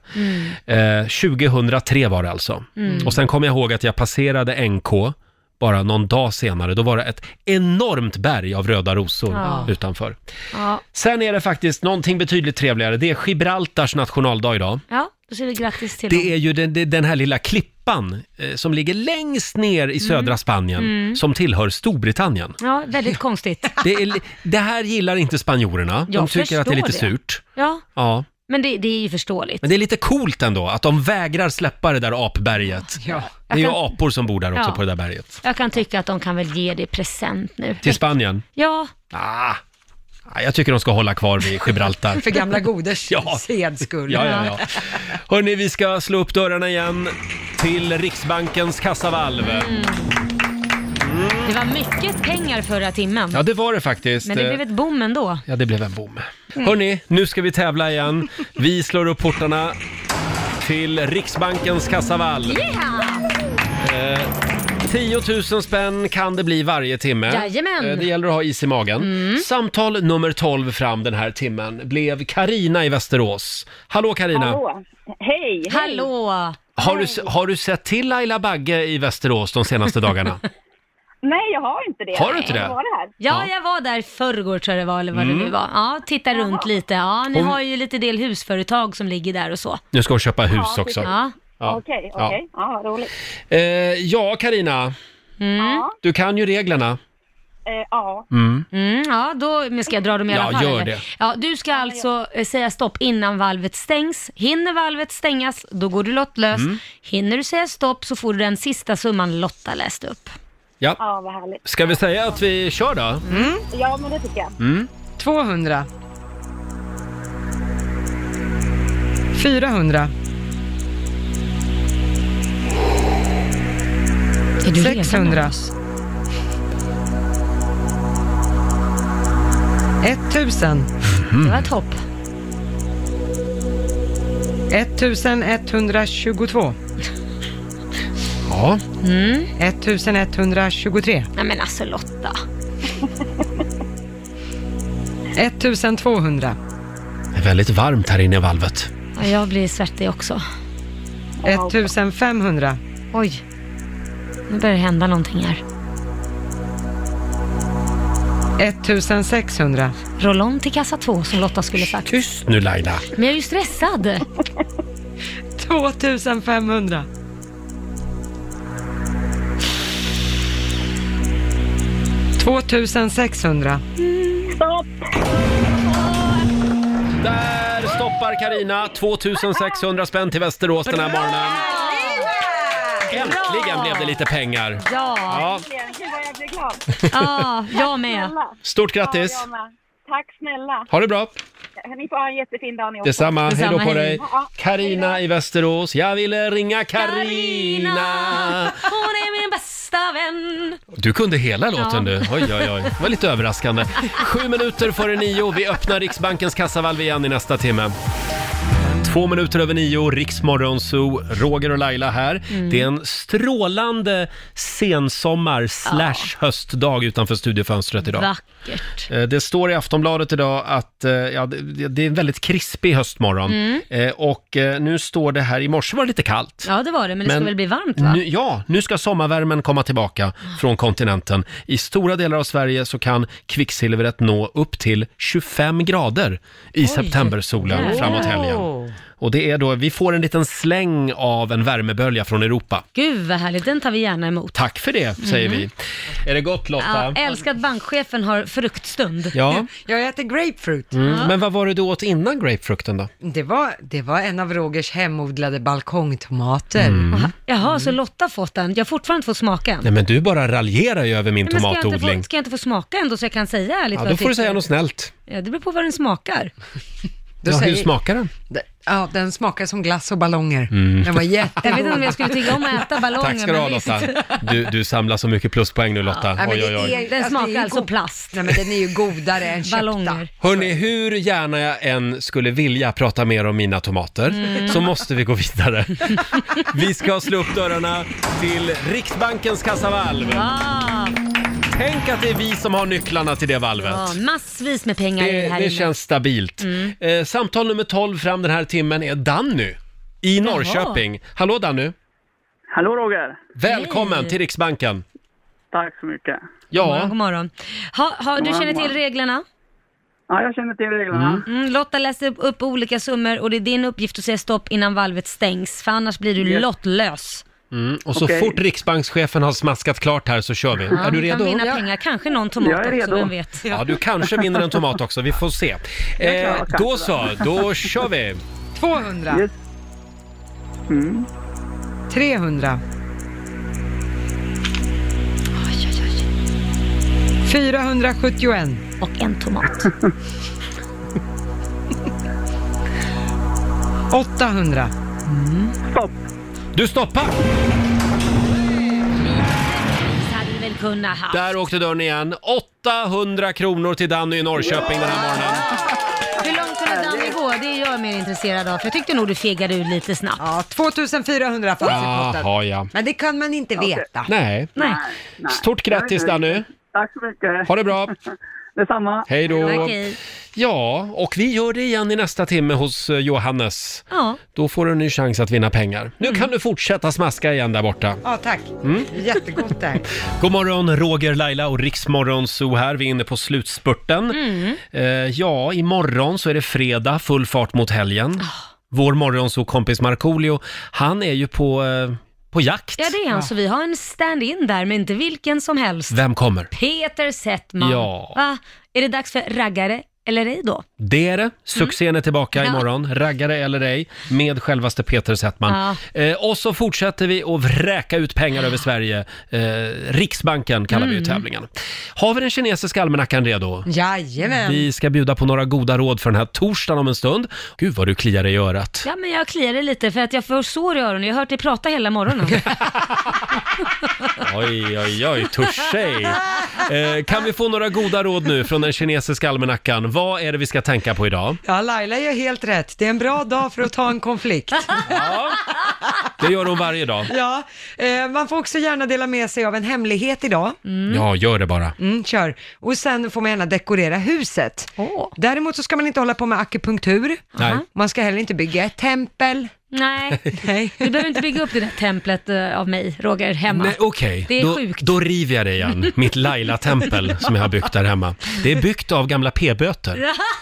2003 var det alltså. Och sen kom jag ihåg att jag passerade NK bara någon dag senare. Då var det ett enormt berg av röda rosor utanför. Sen är det faktiskt någonting betydligt trevligare. Det är Gibraltars nationaldag idag. Ja, då säger vi grattis till Det är ju den här lilla klippan som ligger längst ner i södra Spanien som tillhör Storbritannien. Ja, väldigt konstigt. Det här gillar inte spanjorerna. De tycker att det är lite surt. Ja. Men det är ju förståeligt. Men det är lite coolt ändå att de vägrar släppa det där apberget. Ja. Det är ju apor som bor där också på det där berget. Jag kan tycka att de kan väl ge det present nu. Till Spanien? Ja. Jag tycker de ska hålla kvar vid Gibraltar. För gamla goders seds skull. Ja. Hörrni, vi ska slå upp dörrarna igen till Riksbankens kassavalv. Det var mycket pengar förra timmen. Ja, det var det faktiskt. Men det blev ett boom ändå. Ja, det blev en boom. Hörrni, nu ska vi tävla igen. Vi slår upp portarna till Riksbankens kassavalv. 10 000 spänn kan det bli varje timme. Jajamän. Det gäller att ha is i magen. Samtal nummer 12 fram den här timmen blev Karina i Västerås. Hallå Karina. Hallå. Hej. Hallå. Har du sett till Laila Bagge i Västerås de senaste dagarna? Nej, jag har inte det. Har du inte det? Jag var det här. Ja, jag var där förrgår tror jag det var, eller vad det nu var. Ja, titta runt lite. Ja, ni har ju lite del husföretag som ligger där och så. Nu ska hon köpa hus också. Ja. Okej. Ja, roligt. Ja, Karina. Du kan ju reglerna. Ja. Ja, men ska jag dra dem i alla fall? Gör eller? det. Ja, du ska alltså säga stopp innan valvet stängs. Hinner valvet stängas, då går du lottlös. Hinner du säga stopp så får du den sista summan Lotta läst upp. Ja, vad härligt. Ska vi säga att vi kör då? Ja, men det tycker jag. 200. 400. 600. 1000. Det var topp. 1122. Ja. 1123. Nej men alltså Lotta. 1200. Det är väldigt varmt här inne i valvet. Ja, jag blir svettig också. 1500. Oj. Nu börjar det hända någonting här. 1600. Roll om till kassa 2 som Lotta skulle sagt. Tyst nu Laila. Men jag är ju stressad. 2500. 2600. Stopp! Där stoppar Carina. 2600 spänn till Västerås den här morgonen. Äntligen blev det lite pengar. Ja. Gud vad jag blir glad. Ja, jag med. Stort grattis. Ja, jag med. Tack snälla. Ha det bra. Ni får ha en jättefin dag ni också. Detsamma, hej då på hej. dig. Carina i Västerås. Jag ville ringa Carina. Hon är min bästa vän. Du kunde hela låten du. Oj. Det var lite överraskande. 7 minuter före 9. Vi öppnar Riksbankens kassavalv igen i nästa timme. 2 minuter över 9, Riksmorgon Zoo, Roger och Laila här. Det är en strålande sensommar / höstdag utanför studiofönstret idag. Vackert. Det står i Aftonbladet idag att det är en väldigt krispig höstmorgon. Och nu står det här, i morse var det lite kallt. Ja, det var det, men det ska väl bli varmt va? Nu ska sommarvärmen komma tillbaka från kontinenten. I stora delar av Sverige så kan kvicksilvret nå upp till 25 grader i septembersolen framåt helgen. Och det är då, vi får en liten släng av en värmebölja från Europa. Gud vad härligt, den tar vi gärna emot. Tack för det, säger vi. Är det gott Lotta? Ja, älskar att bankchefen har fruktstund. Ja. Jag äter grapefruit. Men vad var det du åt innan grapefrukten då? Det var en av Rogers hemodlade balkongtomater. Jaha, så Lotta fått den. Jag har fortfarande inte fått smaka. Nej men du bara raljerar ju över min tomatodling. Ska jag inte få smaka ändå så jag kan säga ärligt vad då jag får du tycker? säga något snällt. Ja, det beror på vad den smakar. Hur smakar den? Ja, den smakar som glass och ballonger. Den var jättegod. Jag vet inte om jag skulle tycka om att äta ballonger. Tack ska du ha Lotta. Du samlar så mycket pluspoäng nu Lotta. Ja, oj. Den smakar alltså plast. Nej men den är ju godare än ballonger. Hörrni, hur gärna jag än skulle vilja prata mer om mina tomater så måste vi gå vidare. Vi ska slå upp dörrarna till Riksbankens kassavalv. Tänk att det är vi som har nycklarna till det valvet. Ja, massvis med pengar i det här det inne. känns stabilt. Samtal nummer 12 fram den här timmen är Danny i Norrköping. Hallå Danny. Hallå Roger. Välkommen till Riksbanken. Tack så mycket. Ja. God morgon. Du känner till reglerna? Ja, jag känner till reglerna. Lotta läser upp olika summor och det är din uppgift att säga stopp innan valvet stängs. För annars blir du lottlös. Och så fort riksbankschefen har smaskat klart här så kör vi. Är du redo? Du kan vinna pengar, kanske någon tomat också, vem vet. Ja, du kanske vinner en tomat också, vi får se. Då så, då kör vi. 200. Yes. 300. 471. Och en tomat. 800. Stopp. Du stoppar! Hade du väl kunnat ha. Där åkte dörren igen. 800 kronor till Danny i Norrköping den här morgonen. Hur långt kunde Danny gå? Det är jag mer intresserad av. För jag tyckte nog du fegade ur lite snabbt. Ja, 2400 fanns i potten. Jaha, ja. Men det kan man inte veta. Nej. Stort grattis Danny. Tack så mycket. Ha det bra. Detsamma. Hej då. Okej. Ja, och vi gör det igen i nästa timme hos Johannes. Ja. Då får du en ny chans att vinna pengar. Nu kan du fortsätta smaska igen där borta. Ja, tack. Jättegott där. God morgon, Roger, Laila och Riksmorgon Zoo här. Vi är inne på slutspurten. Ja, imorgon så är det fredag, full fart mot helgen. Vår morgonzoo-kompis Markoolio, han är ju på jakt. Ja, det är han. Så vi har en stand-in där, men inte vilken som helst. Vem kommer? Peter Settman. Ja. Va? Är det dags för raggare eller ej då? Det är det. Succén är tillbaka imorgon. Raggare eller ej, med självaste Peter Settman. Och så fortsätter vi att vräka ut pengar över Sverige. Riksbanken kallar vi ju tävlingen. Har vi den kinesiska almanackan redo? Jajamän. Vi ska bjuda på några goda råd för den här torsdagen om en stund. Gud vad du kliar i örat. Ja, men jag kliar det lite för att jag får sår i öronen. Jag har hört dig prata hela morgonen. Oj, touché. Kan vi få några goda råd nu från den kinesiska almanackan? Vad är det vi ska tänka på idag? Ja, Laila gör helt rätt. Det är en bra dag för att ta en konflikt. Ja, det gör hon varje dag. Ja, man får också gärna dela med sig av en hemlighet idag. Ja, gör det bara. Kör. Och sen får man gärna dekorera huset. Däremot så ska man inte hålla på med akupunktur. Nej. Man ska heller inte bygga ett tempel. Nej, du behöver inte bygga upp det där templet av mig, Roger, hemma. Nej, okej. Det är sjukt. Då river jag det igen. Mitt Laila-tempel som jag har byggt där hemma. Det är byggt av gamla p-böter.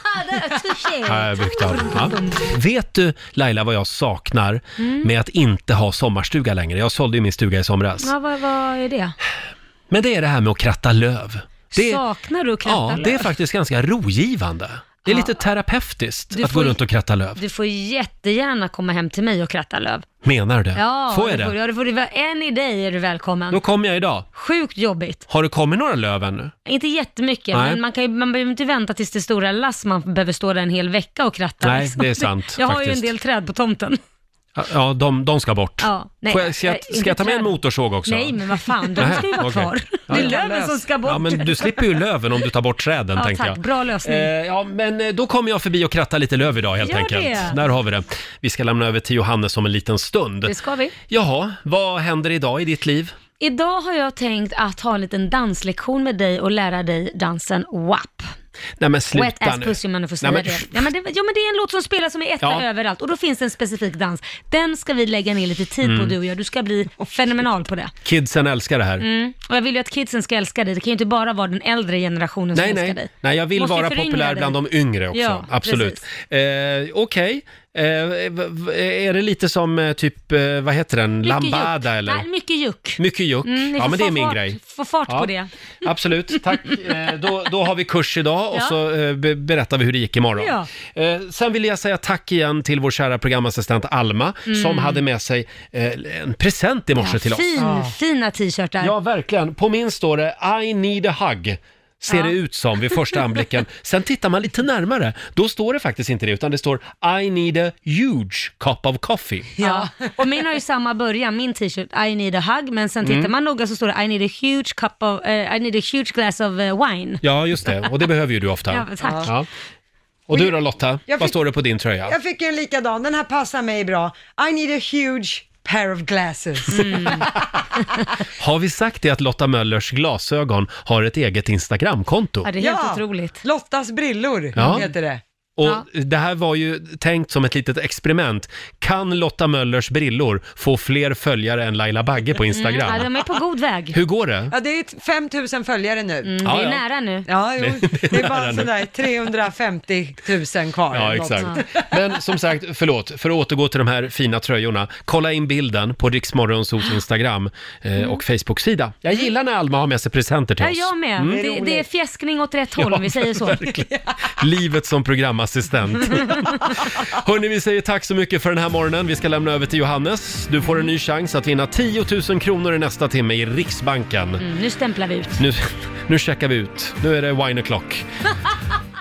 Har jag byggt av. Ja. Vet du, Laila, vad jag saknar med att inte ha sommarstuga längre? Jag sålde ju min stuga i somras. Ja, vad är det? Men det är det här med att kratta löv. Saknar du att kratta löv? Ja, det är faktiskt ganska rogivande. Det är lite terapeutiskt att gå runt och kratta löv. Du får jättegärna komma hem till mig och kratta löv. Menar du det? Ja, får jag det? Ja, det får du. En i dig är du välkommen. Då kommer jag idag. Sjukt jobbigt. Har du kommit några löv ännu? Inte jättemycket, men man behöver inte vänta tills det stora lass. Man behöver stå där en hel vecka och kratta. Nej, liksom. det är sant. Jag har faktiskt. ju en del träd på tomten. Ja, de ska bort. Ja, nej, Ska jag ta med en motorsåg också? Nej, men vad fan, de ska ju vara kvar. Det är löven som ska bort. Ja, men du slipper ju löven om du tar bort träden, ja, tänker tack, jag. Bra lösning. Ja, men då kommer jag förbi och kratta lite löv idag helt Gör enkelt. det. Där har vi det. Vi ska lämna över till Johannes om en liten stund. Det ska vi. Jaha, vad händer idag i ditt liv? Idag har jag tänkt att ha en liten danslektion med dig och lära dig dansen WAP. Nej men sluta Wet ass nu. pussy, man får säga det. Ja men det är en låt som spelas som är etta överallt och då finns det en specifik dans. Den ska vi lägga ner lite tid på, du och jag. Du ska bli fenomenal på det. Kidsen älskar det här. Och jag vill ju att kidsen ska älska dig. Det kan ju inte bara vara den äldre generationen som älskar dig. Nej, jag vill Måste vara föryngra populär dig. bland de yngre också. Ja, absolut. Okej. Är det lite som typ, vad heter den? Mycket Lambada juck. eller? Nej, mycket juck. Mycket juck. Ja, men det är min grej. Få fart på det. Absolut, tack. Då har vi kurs idag och så berättar vi hur det gick imorgon. Ja. Sen vill jag säga tack igen till vår kära programassistent Alma som hade med sig en present i morse till oss. Fina t-shirtar. Ja, verkligen. På min står det I need a hug. Ser det ut som vid första anblicken. Sen tittar man lite närmare. Då står det faktiskt inte det, utan det står I need a huge cup of coffee. Ja, och min har ju samma början, min t-shirt, I need a hug, men sen tittar man noga så står det I need a huge glass of wine. Ja, just det. Och det behöver ju du ofta. Ja, tack. Ja. Och du då Lotta? Jag Vad står det på din tröja? Jag fick en likadan, den här passar mig bra. I need a huge pair of glasses. Har vi sagt det att Lotta Möllers glasögon har ett eget Instagramkonto? Ja, det är helt otroligt. Lottas brillor heter det. Och det här var ju tänkt som ett litet experiment. Kan Lotta Möllers brillor få fler följare än Laila Bagge på Instagram? Ja, de är på god väg. Hur går det? Ja, det är 5000 följare nu. Det är nära nu. Ja, jo, det är bara nära nu. sådär 350 000 kvar. Ja, eller något. exakt. Men som sagt, förlåt, för att återgå till de här fina tröjorna. Kolla in bilden på Rix Morgonzoos Instagram och Facebook-sida. Jag gillar när Alma har med sig presenter till Ja, oss. jag med. Det är fjäskning åt rätt håll, om vi säger så. Livet som programassistent. Hörrni, vi säger tack så mycket för den här morgonen. Vi ska lämna över till Johannes. Du får en ny chans att vinna 10 000 kronor i nästa timme i Riksbanken. Nu stämplar vi ut. Nu checkar vi ut. Nu är det wine o'clock.